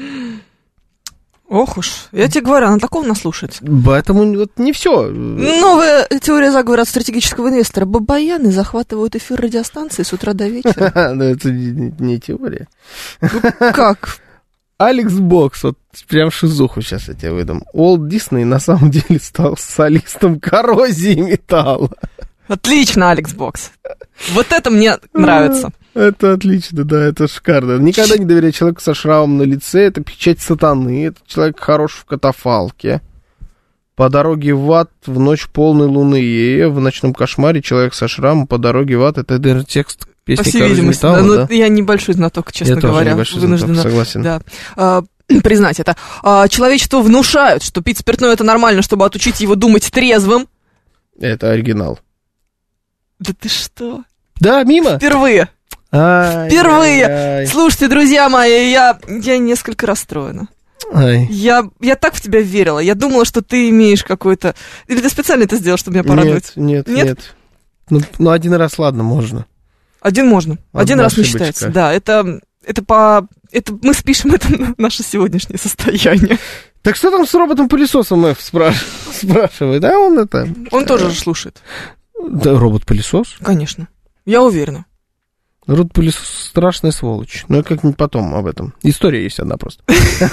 Ох уж, я тебе говорю, она такого наслушается. Поэтому вот не все. Новая теория заговора от стратегического инвестора. Бабаяны захватывают эфир радиостанции с утра до вечера. Ну, это не теория. Как? Алекс Бокс, вот прям шизуху сейчас я тебе выдам. Уолт Дисней на самом деле стал солистом коррозии металла. Отлично, Алекс Бокс. Вот это мне нравится. Это отлично, да, это шикарно. Никогда не доверяй человеку со шрамом на лице, это печать сатаны, это человек хорош в катафалке. По дороге в ад в ночь полной луны, и в ночном кошмаре человек со шрамом по дороге в ад, это даже текст песни «Коррозия металла». Да, ну, я небольшой знаток, честно говоря. Вынуждена, согласен. Да. Признать это. Человечеству внушают, что пить спиртное это нормально, чтобы отучить его думать трезвым. Это оригинал. Да ты что? Да, мимо. Впервые. Слушайте, друзья мои, я несколько расстроена. Я так в тебя верила. Я думала, что ты имеешь какой-то... Или ты специально это сделал, чтобы меня порадовать? Нет. Ну, один раз, ладно, можно. Один можно. Один раз не считается. Да, это мы спишем, это наше сегодняшнее состояние. Так что там с роботом-пылесосом, Эф спрашивает? Да, он это... Он тоже же слушает. Да, робот-пылесос? Конечно. Я уверена. Робот-пылесос страшная сволочь. Но я как-нибудь потом об этом. История есть одна просто.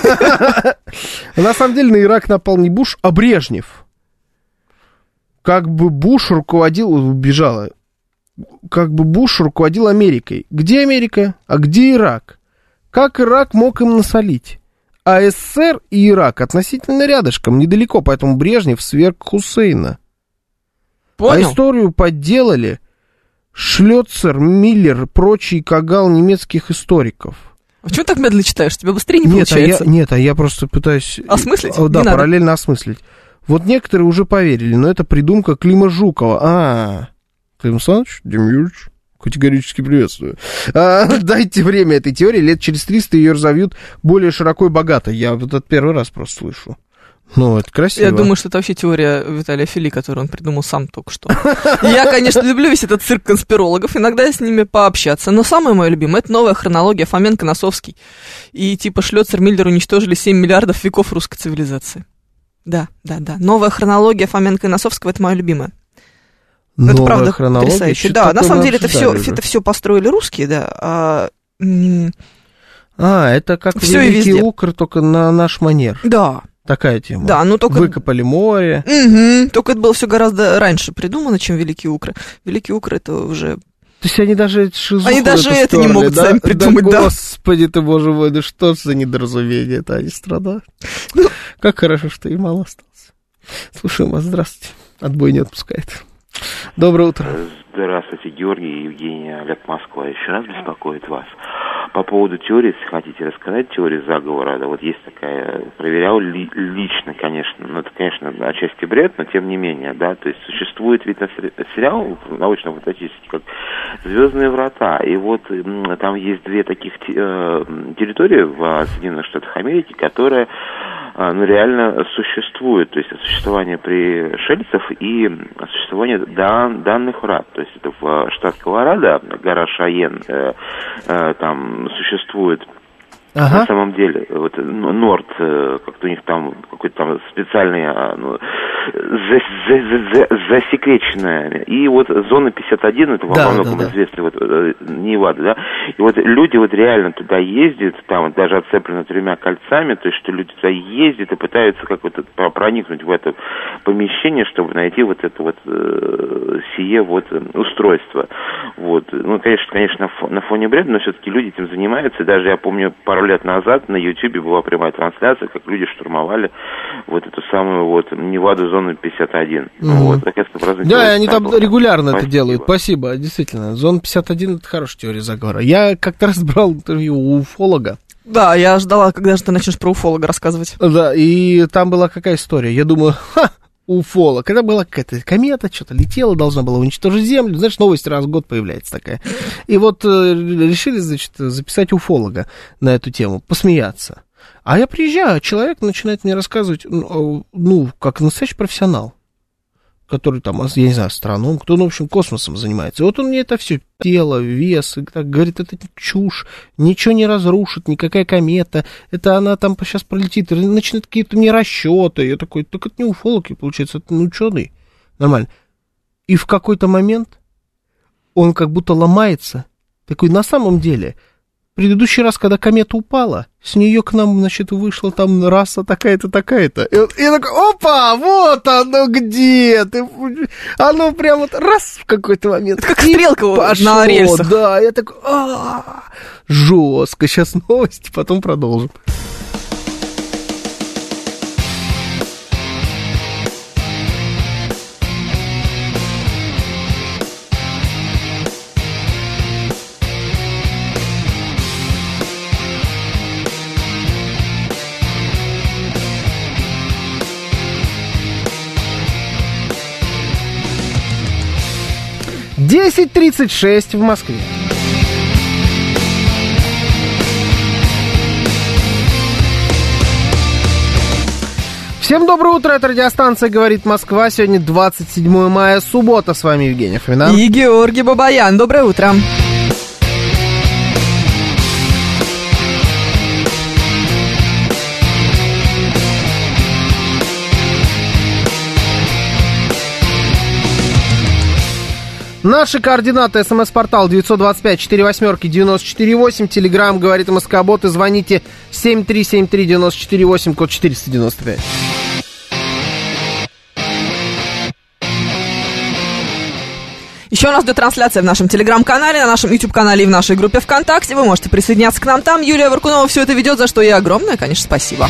На самом деле на Ирак напал не Буш, а Брежнев. Как бы Буш руководил... Убежала. Как бы Буш руководил Америкой. Где Америка? А где Ирак? Как Ирак мог им насолить? А СССР и Ирак относительно рядышком, недалеко, поэтому Брежнев сверг Хусейна. Понял. А историю подделали Шлёцер, Миллер, прочий кагал немецких историков. А почему так медленно читаешь? Тебя быстрее не получается? Нет, я просто пытаюсь... Осмыслить? Да, параллельно осмыслить. Вот некоторые уже поверили, но это придумка Клима Жукова. Клим Александрович, Демьюрич, категорически приветствую. Дайте время этой теории, лет через 300 ее разовьют более широко и богато. Я вот это первый раз просто слышу. Ну, это красиво. Я думаю, что это вообще теория Виталия Фили, которую он придумал сам только что. Я, конечно, люблю весь этот цирк конспирологов, иногда с ними пообщаться, но самое мое любимое — это новая хронология Фоменко-Носовский. И типа Шлёцер, Миллер уничтожили 7 миллиардов веков русской цивилизации. Да. Новая хронология Фоменко и Носовского — это мое любимое. Новая это правда хронология? потрясающе. Да, на самом деле это все построили русские, да. Это как Великий Укр, только на наш манер. Да. Такая тема. Да, но только... Выкопали море. Только это было все гораздо раньше придумано, чем Великий Укр. Великий Укр — это уже... То есть они даже шизуху Они даже это стерли, не могут сами придумать, да? Господи ты, боже мой, да что за недоразумение это, они страдают. Как хорошо, что им мало осталось. Слушаем вас, здравствуйте. Отбой не отпускает. Доброе утро. Здравствуйте, Георгий, Евгений, Олег, Москва. Еще раз беспокоит вас. по поводу теории, если хотите рассказать, теории заговора, да, вот есть такая, проверял лично, конечно, ну, это, конечно, отчасти бред, но тем не менее, да, то есть существует ведь сериал научно-фантастический, как «Звездные врата», и вот там есть две таких территории в Соединенных Штатах Америки, которые, ну, реально существуют, то есть существование пришельцев и существование данных врат, то есть это в штат Колорадо, гора Шайен, там существует. На самом деле, вот Норд, как-то у них там какой-то там специальный, засекреченная. И вот зона 51, это во многом известный, вот, Невада, да. И вот люди вот реально туда ездят, там вот даже отцеплены 3 кольцами, то есть что люди туда ездят и пытаются как-то проникнуть в это помещение, чтобы найти вот это вот сие вот устройство. Вот. Ну, конечно, на фоне бреда, но все-таки люди этим занимаются. И даже я помню, пару лет назад на Ютьюбе была прямая трансляция, как люди штурмовали вот эту самую вот Неваду зону 51. Вот, да, они там регулярно это делают. Спасибо, действительно. Зона 51 — это хорошая теория заговора. Я как-то раз брал интервью у уфолога. Да, я ждала, когда же ты начнешь про уфолога рассказывать. Да, и там была какая история. Я думаю, уфолог. Это была какая-то комета, что-то летела, должна была уничтожить Землю. Знаешь, новость раз в год появляется такая. И вот решили, значит, записать уфолога на эту тему, посмеяться. А я приезжаю, а человек начинает мне рассказывать, ну, как настоящий профессионал, который там, я не знаю, астроном, кто, ну, в общем, космосом занимается. И вот он мне это все, тело, вес, и так говорит, это чушь, ничего не разрушит, никакая комета, это она там сейчас пролетит, и начинает какие-то мне расчеты. Я такой, так это не уфолог, получается, это не ученый. Нормально. И в какой-то момент он как будто ломается. Такой, на самом деле, в предыдущий раз, когда комета упала, с нее к нам, значит, вышла там раса такая-то, такая-то. И я такой, опа, вот оно где! Оно прям вот раз в какой-то момент. Как стрелка на рельсах. Да, я такой, жестко. Сейчас новости, потом продолжим. Десять 10:36 в Москве. Всем доброе утро, это радиостанция «Говорит Москва». Сегодня 27 мая, суббота. С вами Евгений Фомина. И Георгий Бабаян. Доброе утро. Наши координаты: СМС-портал 925-48-94-8, Телеграм «Говорит МСК-бот», и звоните 7373-94-8, код 495. Еще у нас идет трансляция в нашем Телеграм-канале, на нашем YouTube-канале и в нашей группе ВКонтакте. Вы можете присоединяться к нам там. Юлия Варкунова все это ведет, за что ей огромное, конечно, спасибо.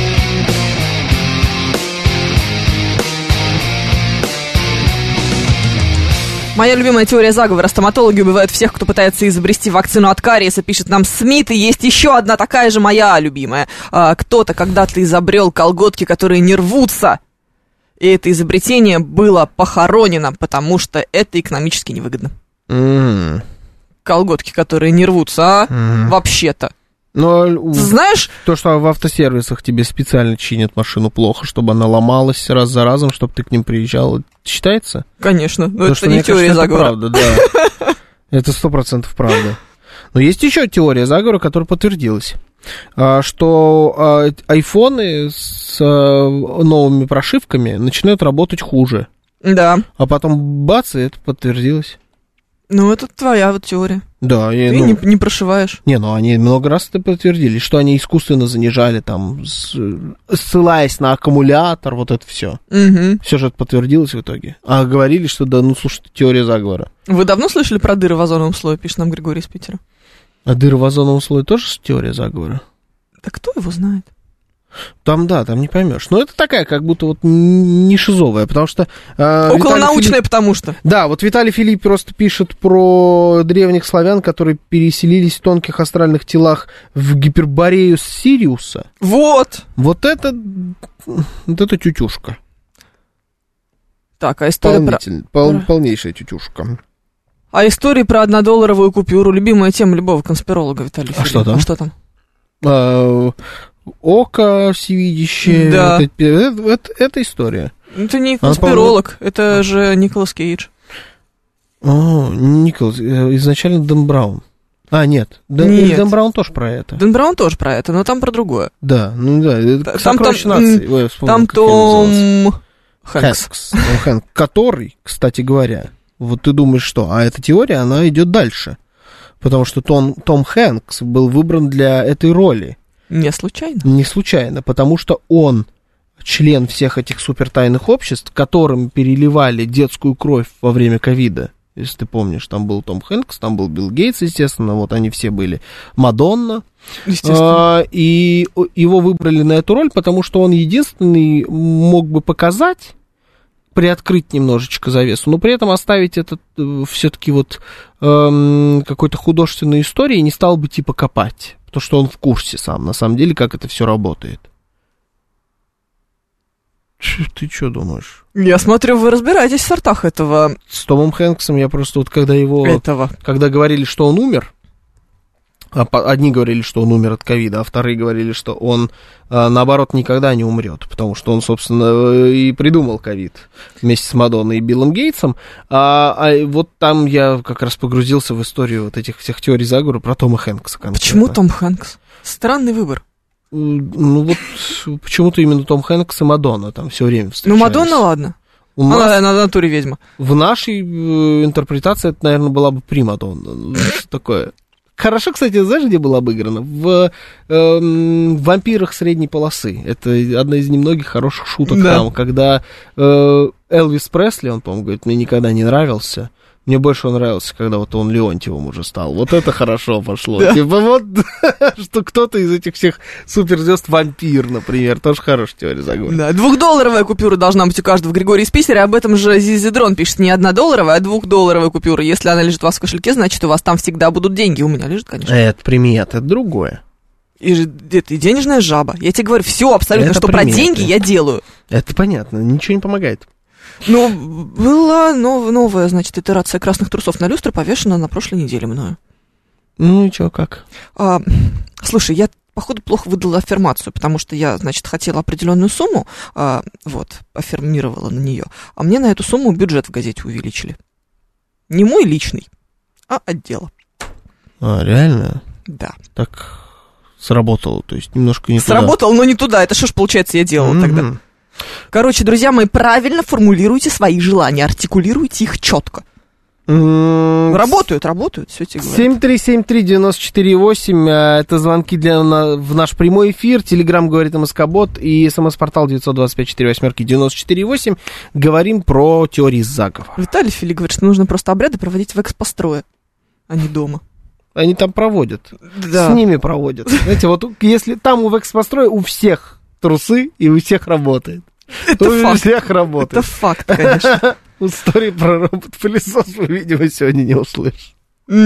Моя любимая теория заговора: стоматологи убивают всех, кто пытается изобрести вакцину от кариеса, пишет нам Смит. И есть еще одна такая же моя любимая. Кто-то когда-то изобрел колготки, которые не рвутся. И это изобретение было похоронено, потому что это экономически невыгодно. Колготки, которые не рвутся, вообще-то. Но знаешь, то, что в автосервисах тебе специально чинят машину плохо, чтобы она ломалась раз за разом, чтобы ты к ним приезжал, считается? Конечно, но это не теория заговора. Это правда, да. Это 100% правда. Но есть еще теория заговора, которая подтвердилась, что айфоны с новыми прошивками начинают работать хуже. Да. А потом бац, и это подтвердилось. Ну, это твоя вот теория. Да. Ты не прошиваешь. Не, ну они много раз это подтвердили, что они искусственно занижали, там, ссылаясь на аккумулятор, вот это все. Угу. Все же это подтвердилось в итоге. А говорили, что да, ну, слушай, теория заговора. Вы давно слышали про дыры в озоновом слое, пишет нам Григорий из Питера? А дыры в озоновом слое тоже теория заговора? Да кто его знает? Там не поймешь. Но это такая, как будто вот не шизовая, потому что... Околонаучная, потому что... Да, вот Виталий Филипп просто пишет про древних славян, которые переселились в тонких астральных телах в Гиперборею Сириуса. Вот это тютюшка. Так, а история полнейшая тютюшка. А история про 1-долларовую купюру, любимая тема любого конспиролога, Виталий Филипп. А что там? Око всевидящее. Да. Это история. Это не конспиролог, это же Николас Кейдж. Николас, изначально Дэн Браун. Нет. Дэн Браун тоже про это. Дэн Браун тоже про это, но там про другое. Да, «Сокровища нации». Там Том Хэнкс. Который, кстати говоря, вот ты думаешь, что? А эта теория, она идет дальше. Потому что Том Хэнкс был выбран для этой роли. Не случайно? Не случайно, потому что он член всех этих супертайных обществ, которым переливали детскую кровь во время ковида. Если ты помнишь, там был Том Хэнкс, там был Билл Гейтс, естественно, вот они все были. Мадонна. Естественно. И его выбрали на эту роль, потому что он единственный мог бы показать, приоткрыть немножечко завесу, но при этом оставить этот все-таки вот какой-то художественной истории и не стал бы типа копать. То, что он в курсе сам, на самом деле, как это все работает. Ты что думаешь? Я смотрю, вы разбираетесь в сортах этого. С Томом Хэнксом я просто вот когда когда говорили, что он умер, одни говорили, что он умер от ковида, а вторые говорили, что он, наоборот, никогда не умрет, потому что он, собственно, и придумал ковид вместе с Мадонной и Биллом Гейтсом. Вот там я как раз погрузился в историю вот этих всех теорий заговора про Тома Хэнкса. Конкретно. Почему Том Хэнкс? Странный выбор. Вот почему-то именно Том Хэнкс и Мадонна там все время встречались. Мадонна, ладно. Она на натуре ведьма. В нашей интерпретации это, наверное, была бы примадонна. Такое. Хорошо, кстати, знаешь, где было обыграно? В «Вампирах средней полосы». Это одна из немногих хороших шуток там, когда Элвис Пресли, он, по-моему, говорит, мне никогда не нравился. Мне больше он нравился, когда вот он Леонтьевым уже стал. Вот это хорошо пошло. Да. Типа вот, что кто-то из этих всех суперзвезд вампир, например. Тоже хорошая теория заговора. Да, 2-долларовая купюра должна быть у каждого. Григорий из Питера. Об этом же Зизидрон пишет. Не 1-долларовая, а 2-долларовая купюра. Если она лежит у вас в кошельке, значит, у вас там всегда будут деньги. У меня лежит, конечно. Это примета, это другое. Это денежная жаба. Я тебе говорю, все абсолютно, это что примета. Про деньги я делаю. Это понятно, ничего не помогает. Ну, была новая, значит, итерация красных трусов на люстру, повешена на прошлой неделе мною. Ну и чё, как? Слушай, я, походу, плохо выдала аффирмацию, потому что я, значит, хотела определенную сумму, аффирмировала на нее, а мне на эту сумму бюджет в газете увеличили. Не мой личный, а отдела. Реально? Да. Так сработало, то есть немножко не туда. Сработало, но не туда, это что ж, получается, я делала тогда? Короче, друзья мои, правильно формулируйте свои желания, артикулируйте их четко. Работают, все тебе говорят. 7373948, это звонки в наш прямой эфир, Телеграм говорит МСК-бот и СМС-портал 925-48-94-8. Говорим про теории заговора. Виталий Филипп говорит, что нужно просто обряды проводить в экспострое, а не дома. Они там проводят, да. С ними проводят. Знаете, вот если там в экспострое у всех трусы и у всех работает. Это факт. У всех работает. Это факт, конечно. Истории про робот-пылесос вы, видимо, сегодня не услышишь.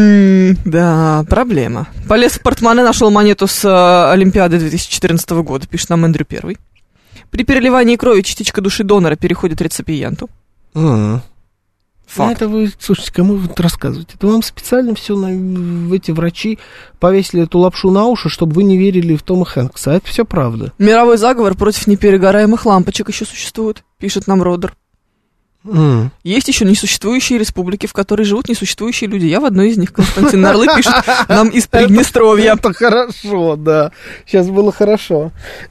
Да, проблема. Полез в портмоне, нашел монету с Олимпиады 2014 года, пишет нам Эндрю Первый. При переливании крови частичка души донора переходит реципиенту. Факт. Это вы, слушайте, кому вы рассказываете? Это вам специально все эти врачи повесили эту лапшу на уши, чтобы вы не верили в Тома Хэнкса. А это все правда. Мировой заговор против неперегораемых лампочек еще существует, пишет нам Родер. Есть еще несуществующие республики, в которой живут несуществующие люди. Я в одной из них. Константин Нарлы пишет нам из Приднестровья. Это хорошо, да. Сейчас было хорошо.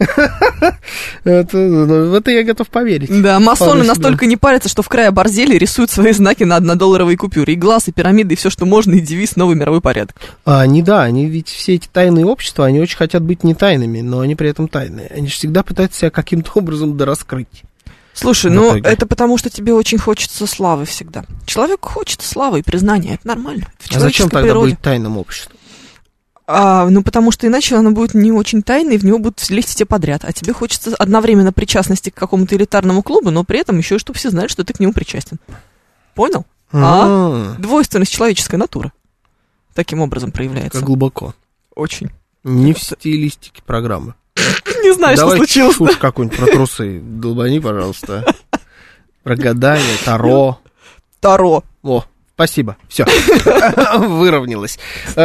В это я готов поверить. Да, масоны настолько не парятся, что в крае борзели рисуют свои знаки на 1-долларовой купюре. И глаз, и пирамиды, и все, что можно, и девиз «Новый мировой порядок». Они ведь все эти тайные общества, они очень хотят быть не тайными, но они при этом тайные. Они же всегда пытаются себя каким-то образом дораскрыть. Слушай, это потому, что тебе очень хочется славы всегда. Человеку хочется славы и признания, это нормально. Это а зачем тогда быть тайным обществом? Ну, потому что иначе оно будет не очень тайное, и в него будут лезть все подряд. А тебе хочется одновременно причастности к какому-то элитарному клубу, но при этом еще и чтобы все знали, что ты к нему причастен. Понял? Двойственность человеческой натуры таким образом проявляется. Как глубоко. Очень. Не в стилистике программы. Не знаю, что случилось. Давай чушь какую-нибудь про трусы долбани, пожалуйста. Про гадание, таро. Таро. О, спасибо. Все. Выровнялась.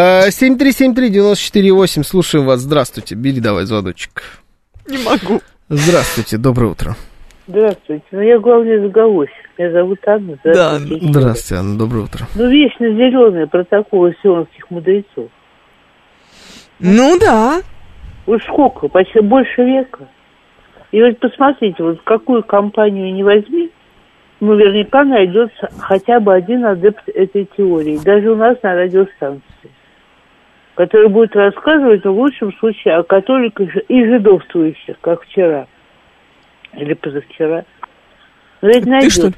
7373948. Слушаем вас. Здравствуйте. Бери давай звоночек. Не могу. Здравствуйте. Доброе утро. Здравствуйте. Я главный заголовщик. Меня зовут Анна. Здравствуйте. Здравствуйте, Анна. Доброе утро. Вечно зеленые протоколы сионских мудрецов. Ну да. Вот сколько? Почти больше века. И вот посмотрите, вот какую компанию не возьми, наверняка найдется хотя бы один адепт этой теории. Даже у нас на радиостанции. Который будет рассказывать в лучшем случае о католиках и жидовствующих, как вчера. Или позавчера. Но ведь найдется.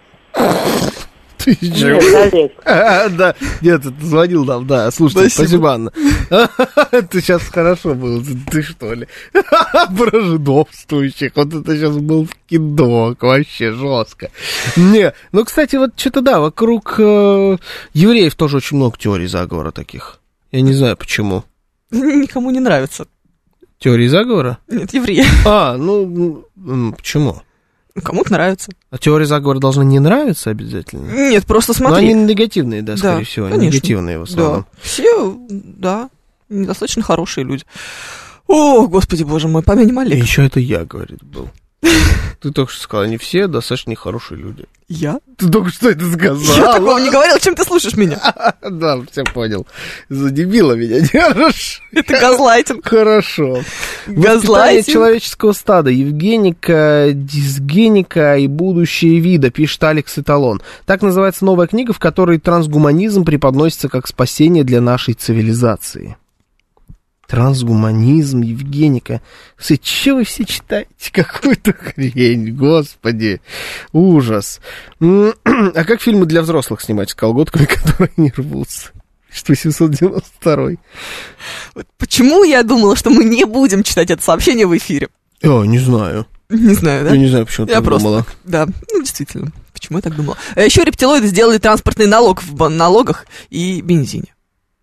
Ты Нет, Олег. Да, нет, ты звонил нам, да, слушайте, спасибо, Анна. Это сейчас хорошо было, ты что ли? Про жидовствующих, вот это сейчас был киндок, вообще жестко. Не, ну, кстати, вот что-то да, вокруг евреев тоже очень много теорий заговора таких. Я не знаю, почему. Никому не нравится. Теории заговора? Нет, евреи. Ну, почему? Кому-то нравится. А теории заговора должны не нравиться обязательно? Нет, просто смотри. Но они негативные, да, скорее всего. Конечно. Негативные в основном. Да. Все, да, недостаточно хорошие люди. О, господи, боже мой, помянем Олега. И еще это я, говорит, был. Ты только что сказал, они все достаточно нехорошие люди. Я? Ты только что это сказал. Я такого не говорил, чем ты слушаешь меня? Да, все понял. За дебила меня держишь. Это газлайтинг. Хорошо. Газлайтинг. Воспитание человеческого стада. Евгеника, дисгеника и будущее вида, пишет Алекс Эталон. Так называется новая книга, в которой трансгуманизм преподносится как спасение для нашей цивилизации. Трансгуманизм, Евгеника. Слушай, что вы все читаете? Какую-то хрень, господи. Ужас. А как фильмы для взрослых снимать с колготками, которые не рвутся? Что 892. Почему я думала, что мы не будем читать это сообщение в эфире? Не знаю. Не знаю, да? Я не знаю, почему ты так думала. Да, действительно. Почему я так думала? Еще рептилоиды сделали транспортный налог в налогах и бензине.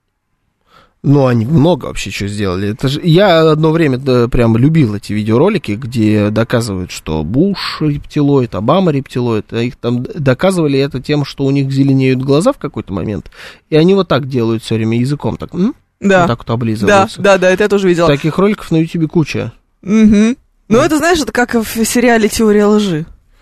Ну, они много вообще что сделали. Это же... Я одно время прям любил эти видеоролики, где доказывают, что Буш рептилоид, Обама рептилоид. А их там доказывали это тем, что у них зеленеют глаза в какой-то момент. И они вот так делают все время языком. Так, да. Вот так вот облизываются. Да, это я тоже видела. Таких роликов на Ютубе куча. Ну, это, знаешь, это как в сериале «Теория лжи».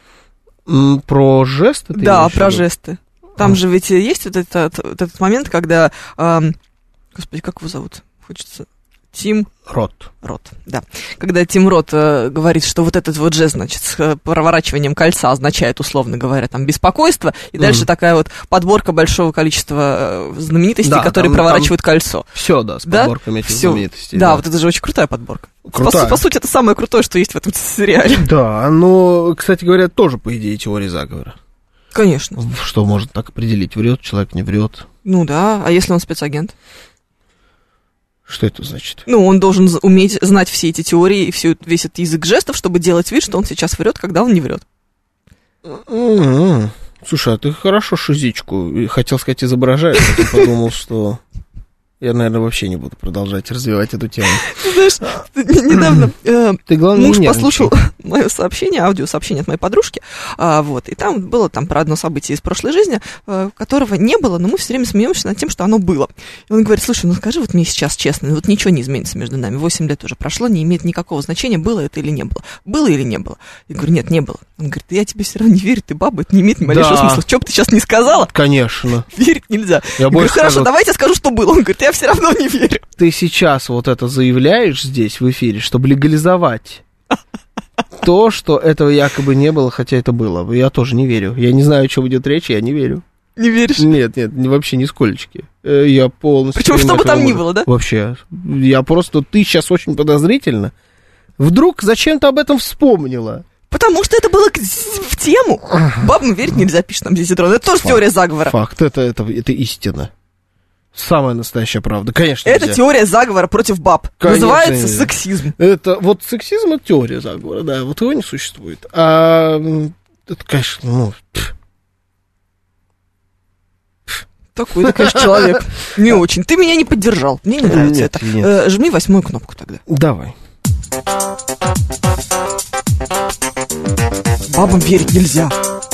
Про жесты? Да, про жесты. Там же ведь есть вот этот момент, когда... Господи, как его зовут? Хочется... Тим... Рот, да. Когда Тим Рот говорит, что вот этот вот жест, значит, с проворачиванием кольца означает, условно говоря, там, беспокойство, и дальше такая вот подборка большого количества знаменитостей, которые проворачивают кольцо. Все, да, с подборками этих знаменитостей. Да, вот это же очень крутая подборка. Крутая. По сути, это самое крутое, что есть в этом сериале. Да, но, кстати говоря, тоже, по идее, теория заговора. Конечно. Что может так определить, врет человек, не врет? Ну да, а если он спецагент? Что это значит? Ну, он должен уметь знать все эти теории и весь этот язык жестов, чтобы делать вид, что он сейчас врет, когда он не врет. Слушай, а ты хорошо шизичку, хотел сказать, изображаешь, а ты подумал, что... Я, наверное, вообще не буду продолжать развивать эту тему. Знаешь, недавно муж послушал мое сообщение, аудиосообщение от моей подружки, вот, и там было про одно событие из прошлой жизни, которого не было, но мы все время смеемся над тем, что оно было. И он говорит: слушай, ну скажи вот мне сейчас честно, вот ничего не изменится между нами, 8 лет уже прошло, не имеет никакого значения, было это или не было. Было или не было? Я говорю: нет, не было. Он говорит: я тебе все равно не верю, ты баба, это не имеет ни малейшего смысла. Что бы ты сейчас не сказала? Конечно. Верить нельзя. Я говорю: хорошо, давайте я скажу, что было. Он говорит: я все равно не верю. Ты сейчас вот это заявляешь здесь в эфире, чтобы легализовать то, что этого якобы не было, хотя это было. Я тоже не верю. Я не знаю, о чем идет речь, я не верю. Не веришь? Нет, вообще нисколечки. Я полностью... Причем, что бы там ни было, да? Вообще. Я просто... Ты сейчас очень подозрительно. Вдруг зачем ты об этом вспомнила? Потому что это было в тему. Бабам верить нельзя, пишет нам Зизидрон. Это тоже теория заговора. Факт, это истина. Самая настоящая правда, конечно. Это теория заговора против баб. Конечно, называется сексизм. Это вот сексизм — это теория заговора, да, вот его не существует. А это, конечно, Такой, конечно, человек. Не очень. Ты меня не поддержал. Мне не нравится это. Нет. Жми 8-ю кнопку тогда. Давай. Бабам верить нельзя.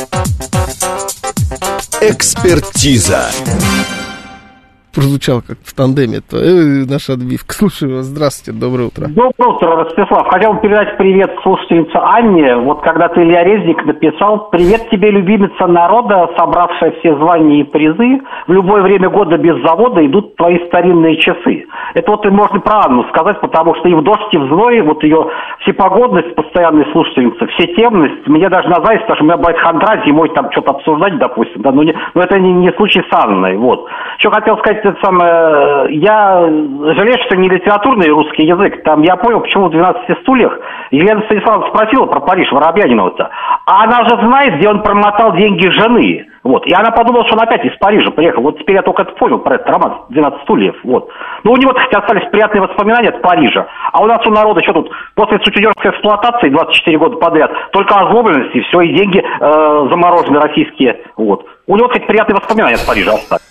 Экспертиза. Прозвучал как в тандеме. Наша отбивка. Слушаю вас. Здравствуйте. Доброе утро. Доброе утро, Ростислав. Хотел бы передать привет слушательнице Анне. Вот когда-то Илья Резник написал: «Привет тебе, любимица народа, собравшая все звания и призы. В любое время года без завода идут твои старинные часы». Это вот и можно про Анну сказать, потому что и в дождь, и в зной, вот ее всепогодность, постоянной слушательницы, всетемность, мне даже на зависть, потому что у меня бывает хандра зимой там что-то обсуждать, допустим, да, но это не случай с Анной, вот. Еще хотел сказать, это самое, я жалею, что не литературный русский язык, там я понял, почему в 12 стульях Елена Станиславовна спросила про Париж, Воробьянинова-то, а она же знает, где он промотал деньги жены, вот, и она подумала, что он опять из Парижа приехал, вот теперь я только это понял про этот роман «12 стульев», вот. Но у него хоть остались приятные воспоминания от Парижа, а у нас у народа что тут, после сутенерской эксплуатации 24 года подряд, только озлобленности, все, и деньги заморожены российские, вот. У него хоть приятные воспоминания от Парижа остались.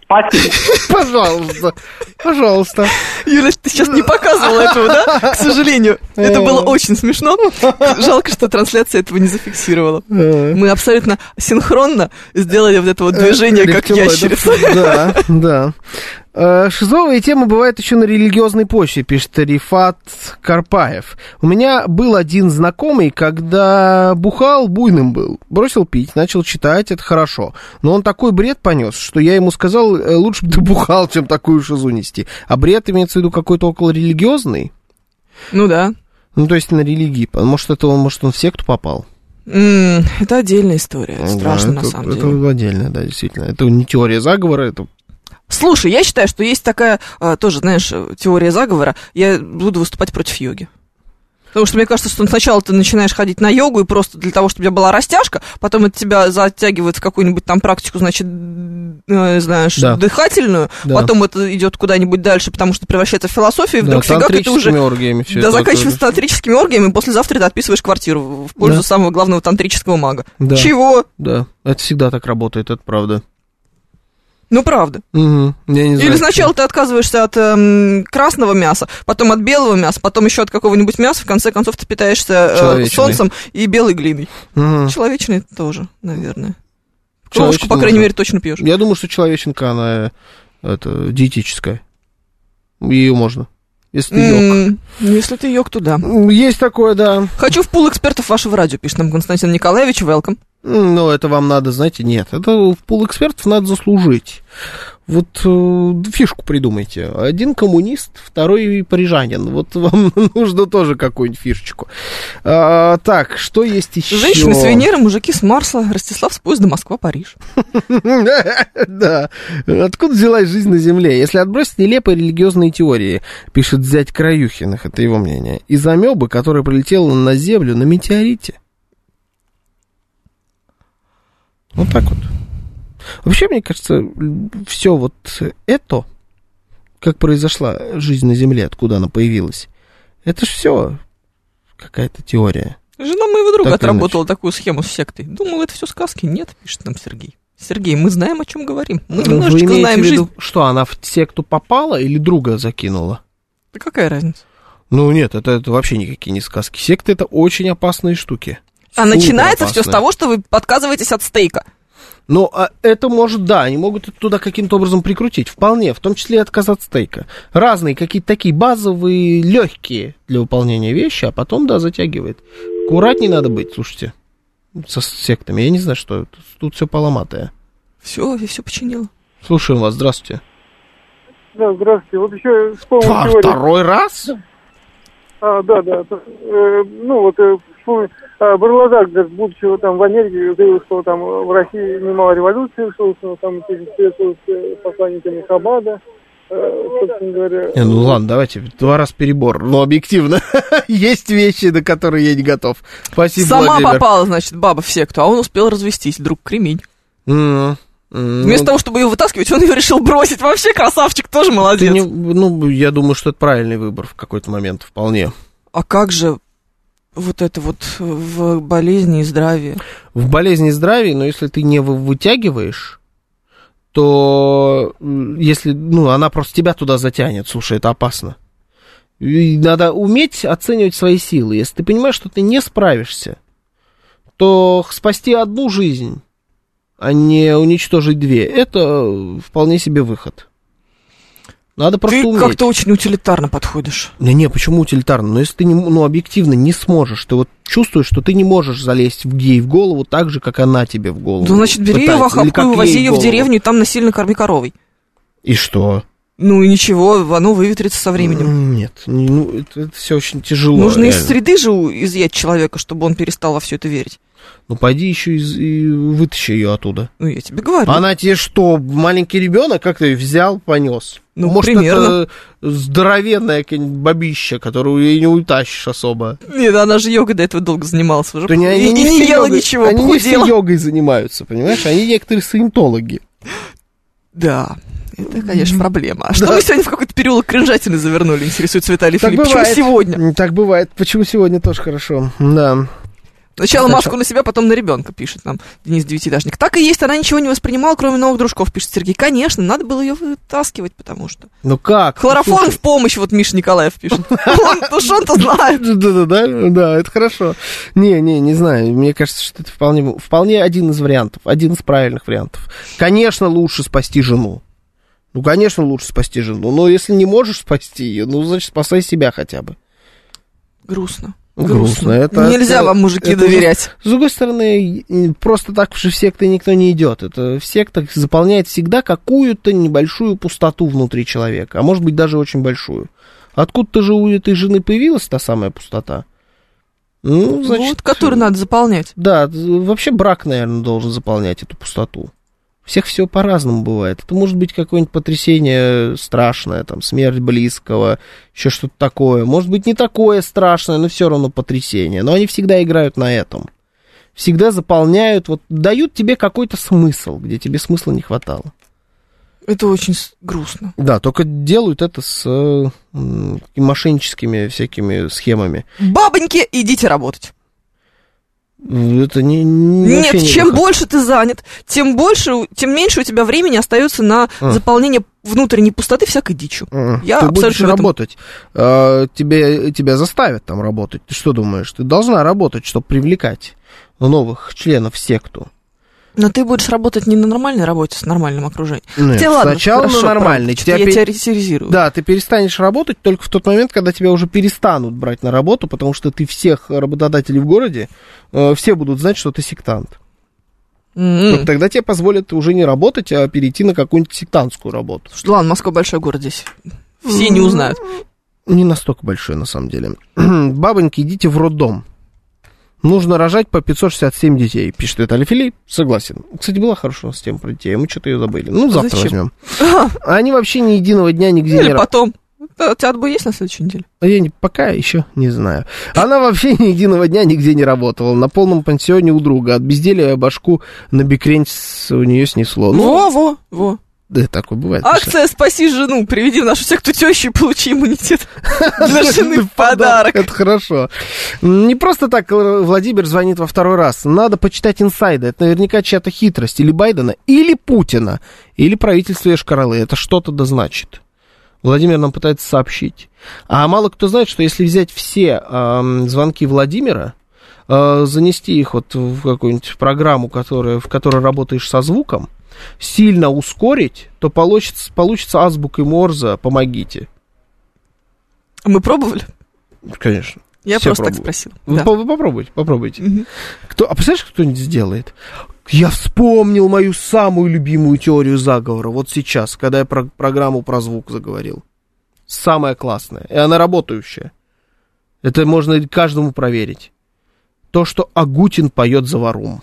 Спасибо. Пожалуйста. Юля, ты сейчас не показывала этого, да? К сожалению. Это было очень смешно. Жалко, что трансляция этого не зафиксировала. Мы абсолютно синхронно сделали вот это вот движение, как ящерица. Да. Шизовые темы бывают еще на религиозной почве, пишет Рифат Карпаев. У меня был один знакомый, когда бухал, буйным был. Бросил пить, начал читать, это хорошо. Но он такой бред понес, что я ему сказал, лучше бы ты бухал, чем такую шизу нести. А бред имеется в виду какой-то околорелигиозный? Ну да. Ну то есть на религии. Может он в секту попал? Это отдельная история. Страшно, на самом деле. Это отдельная, да, действительно. Это не теория заговора, это... Слушай, я считаю, что есть такая, тоже, знаешь, теория заговора. Я буду выступать против йоги. Потому что мне кажется, что сначала ты начинаешь ходить на йогу, и просто для того, чтобы у тебя была растяжка, потом это тебя затягивает в какую-нибудь там практику, значит, знаешь, да, дыхательную, да, потом это идет куда-нибудь дальше, потому что превращается в философию, и вдруг фигак это уже... оргиями все. Да, заканчивается тантрическими оргиями, и послезавтра ты отписываешь квартиру в пользу самого главного тантрического мага. Да. Чего? Да, это всегда так работает, это правда. Ну, правда. Угу. Или сначала ты отказываешься от красного мяса, потом от белого мяса, потом еще от какого-нибудь мяса, в конце концов ты питаешься солнцем и белой глиной. Угу. Человечный тоже, наверное. Кровушку, по крайней мере, точно пьешь. Я думаю, что человеченка, она диетическая. Ее можно. Если ты йог. Если ты йог, то да. Есть такое, да. Хочу в пул экспертов вашего радио, пишет нам Константин Николаевич, welcome. Ну, это вам надо, знаете, нет. Это в пул экспертов надо заслужить. Вот фишку придумайте. Один коммунист, второй парижанин. Вот вам нужно тоже какую-нибудь фишечку. Так, что есть еще? Женщины с Венеры, мужики с Марса, Ростислав с поезда Москва-Париж. Да. Откуда взялась жизнь на Земле? Если отбросить нелепые религиозные теории, пишет зять Краюхиных, это его мнение, из амебы, которая прилетела на Землю на метеорите. Вот так вот. Вообще, мне кажется, все вот это, как произошла жизнь на Земле, откуда она появилась, это же все какая-то теория. Жена моего друга отработала такую схему с сектой. Думал, это все сказки. Нет, пишет нам Сергей. Сергей, мы знаем, о чем говорим. Мы немножечко знаем жизнь. Что, она в секту попала или друга закинула? Да какая разница? Ну нет, это вообще никакие не сказки. Секты — это очень опасные штуки. А начинается все с того, что вы отказываетесь от стейка. Ну, это может, да, они могут это туда каким-то образом прикрутить, вполне, в том числе и отказ от стейка. Разные какие-то такие базовые, легкие для выполнения вещи, а потом, да, затягивает. Аккуратнее надо быть, слушайте, со сектами. Я не знаю, что тут все поломатое. Все, я все починила. Слушаем вас, здравствуйте. Да, здравствуйте. Вот еще вспомнил теорию. Второй раз? Да. Ну, вот вспомнил. Барлазак, будучи там в Америке, заявил, что там в России немало революций, что там с посланниками Хабада, собственно говоря. Ну ладно, давайте, 2 раза перебор, но объективно. Есть вещи, на которые я не готов. Спасибо, Сама Владимир. Попала, значит, баба в секту, а он успел развестись, друг кремень. Вместо того, чтобы ее вытаскивать, он ее решил бросить. Вообще красавчик, тоже молодец. Я думаю, что это правильный выбор в какой-то момент, вполне. А как же вот это вот в болезни и здравии? В болезни и здравии, но если ты не вытягиваешь, то если, она просто тебя туда затянет, слушай, это опасно. И надо уметь оценивать свои силы. Если ты понимаешь, что ты не справишься, то спасти одну жизнь, а не уничтожить две, это вполне себе выход. Надо просто уметь. Ты как-то очень утилитарно подходишь. Не, почему утилитарно? Но если ты объективно не сможешь, ты вот чувствуешь, что ты не можешь залезть ей в голову так же, как она тебе в голову. Да, значит, бери ее в охапку и увози ее в деревню, и там насильно корми коровой. И что? И ничего, оно выветрится со временем. Нет, это все очень тяжело. Нужно реально из среды же изъять человека, чтобы он перестал во все это верить. Пойди еще и вытащи ее оттуда. Я тебе говорю. Она тебе что, маленький ребенок, как ты ее взял, понес? Может, примерно. Это здоровенная какая-нибудь бабища, которую ее не утащишь особо. Нет, она же йогой до этого долго занималась уже. И не ела ничего, они не все йогой занимаются, понимаешь? Они некоторые саентологи. Да. Это, конечно, проблема. А что мы сегодня в какой-то переулок кринжатины завернули, интересуется Виталий Филипп? Почему сегодня? Так бывает. Почему сегодня тоже хорошо. Да. Сначала маску на себя, потом на ребенка, пишет нам Денис Девятиэтажник. Так и есть, она ничего не воспринимала, кроме новых дружков, пишет Сергей. Конечно, надо было ее вытаскивать, потому что... Как? Хлороформ в помощь, вот Миша Николаев пишет. Он-то знает. Да, это хорошо. Не знаю, мне кажется, что это вполне один из вариантов, один из правильных вариантов. Конечно, лучше спасти жену. Конечно, лучше спасти жену, но если не можешь спасти ее, значит, спасай себя хотя бы. Грустно. Нельзя вам, мужики, доверять. С другой стороны, просто так уж в секты никто не идет. Это в сектах заполняет всегда какую-то небольшую пустоту внутри человека, а может быть даже очень большую. Откуда-то же у этой жены появилась та самая пустота? Значит, которую надо заполнять. Да, вообще брак, наверное, должен заполнять эту пустоту. Всех все по-разному бывает. Это может быть какое-нибудь потрясение страшное, смерть близкого, еще что-то такое. Может быть, не такое страшное, но все равно потрясение. Но они всегда играют на этом. Всегда заполняют, дают тебе какой-то смысл, где тебе смысла не хватало. Это очень грустно. Да, только делают это с мошенническими всякими схемами. Бабоньки, идите работать. Это Нет, чем больше ты занят, тем меньше у тебя времени остается на заполнение внутренней пустоты всякой дичью. Ты будешь работать. Тебя заставят там работать. Ты что думаешь? Ты должна работать, чтобы привлекать новых членов в секту. Но ты будешь работать не на нормальной работе с нормальным окружением. Нет, сначала на нормальной. Я теоретизирую. Да, ты перестанешь работать только в тот момент, когда тебя уже перестанут брать на работу, потому что ты всех работодателей в городе, все будут знать, что ты сектант. Только тогда тебе позволят уже не работать, а перейти на какую-нибудь сектантскую работу. Ладно, Москва большой город здесь. Все не узнают. Не настолько большой, на самом деле. Бабоньки, идите в роддом. Нужно рожать по 567 детей, пишет Виталий Филипп. Согласен. Кстати, была хорошая у нас тема про детей, мы что-то ее забыли. Завтра возьмем. Они вообще ни единого дня нигде не работают. Потом. У тебя отбой есть на следующей неделе? Я пока еще не знаю. Она вообще ни единого дня нигде не работала. На полном пансионе у друга. От безделия башку на бикрень у нее снесло. Во. Да, такое бывает. Акция «Спаси жену». Приведи в нашу секту тещу и получи иммунитет для жены в подарок. Это хорошо. Не просто так Владимир звонит во второй раз. Надо почитать инсайды. Это наверняка чья-то хитрость. Или Байдена, или Путина, или правительство Йошкар-Олы. Это что-то да значит. Владимир нам пытается сообщить. А мало кто знает, что если взять все звонки Владимира, занести их в какую-нибудь программу, в которой работаешь со звуком, сильно ускорить, то получится азбукой Морзе «Помогите». Мы пробовали? Конечно. Я просто так спросил. Вы попробуйте. А представляешь, кто-нибудь сделает? Я вспомнил мою самую любимую теорию заговора. Вот сейчас, когда я программу про звук заговорил. Самая классная. И она работающая. Это можно каждому проверить. То, что Агутин поет за Варум.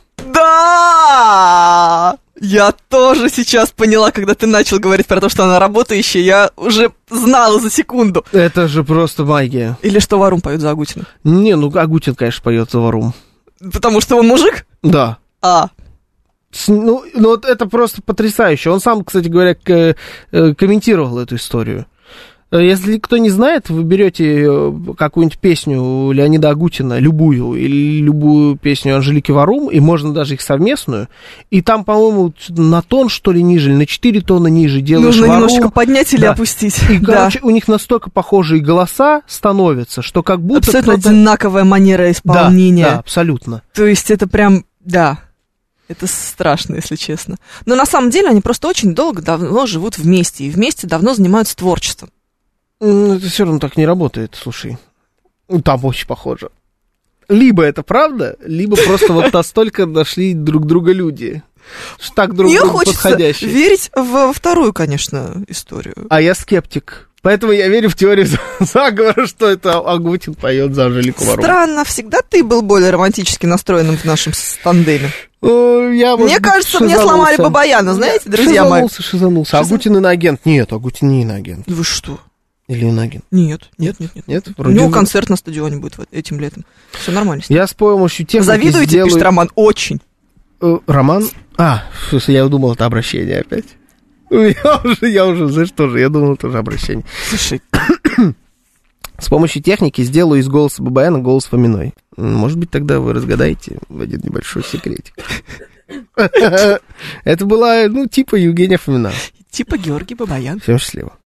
Да! Я тоже сейчас поняла, когда ты начал говорить про то, что она работающая, я уже знала за секунду. Это же просто магия. Или что Варум поет за Агутина? Не, Агутин, конечно, поет за Варум. Потому что он мужик? Да. Ну, вот это просто потрясающе. Он сам, кстати говоря, комментировал эту историю. Если кто не знает, вы берете какую-нибудь песню Леонида Агутина, любую, или любую песню Анжелики Варум, и можно даже их совместную, и там, по-моему, на тон, что ли, ниже, или на 4 тона ниже делаешь Нужно Варум. немножко поднять или опустить. И, короче, у них настолько похожие голоса становятся, что как будто абсолютно одинаковая манера исполнения. Да, абсолютно. То есть это прям, да, это страшно, если честно. Но на самом деле они просто очень давно живут вместе, и вместе давно занимаются творчеством. Это все равно так не работает, слушай. Там очень похоже. Либо это правда, либо просто вот настолько нашли друг друга люди. Так друг другу подходящие. Мне хочется верить во вторую, конечно, историю. А я скептик. Поэтому я верю в теорию заговора, что это Агутин поет за Анжелику Варум. Странно, всегда ты был более романтически настроенным в нашем тандеме. Мне кажется, мне сломали Бабаяна, знаете, друзья мои. Шизанулся. Агутин иноагент. Нет, Агутин не иноагент. Вы что? Или иноагент? Нет. У него концерт на стадионе будет этим летом. Все нормально. Я с помощью техники завидуете, пишет Роман, очень. Роман? Я думал, это обращение опять. Я уже, знаешь, тоже, я думал, это уже обращение. Слушай. С помощью техники сделаю из голоса Бабаяна голос Фоминой. Может быть, тогда вы разгадаете один небольшой секретик. Это была, типа Евгения Фомина. Типа Георгий Бабаян. Всем счастливо.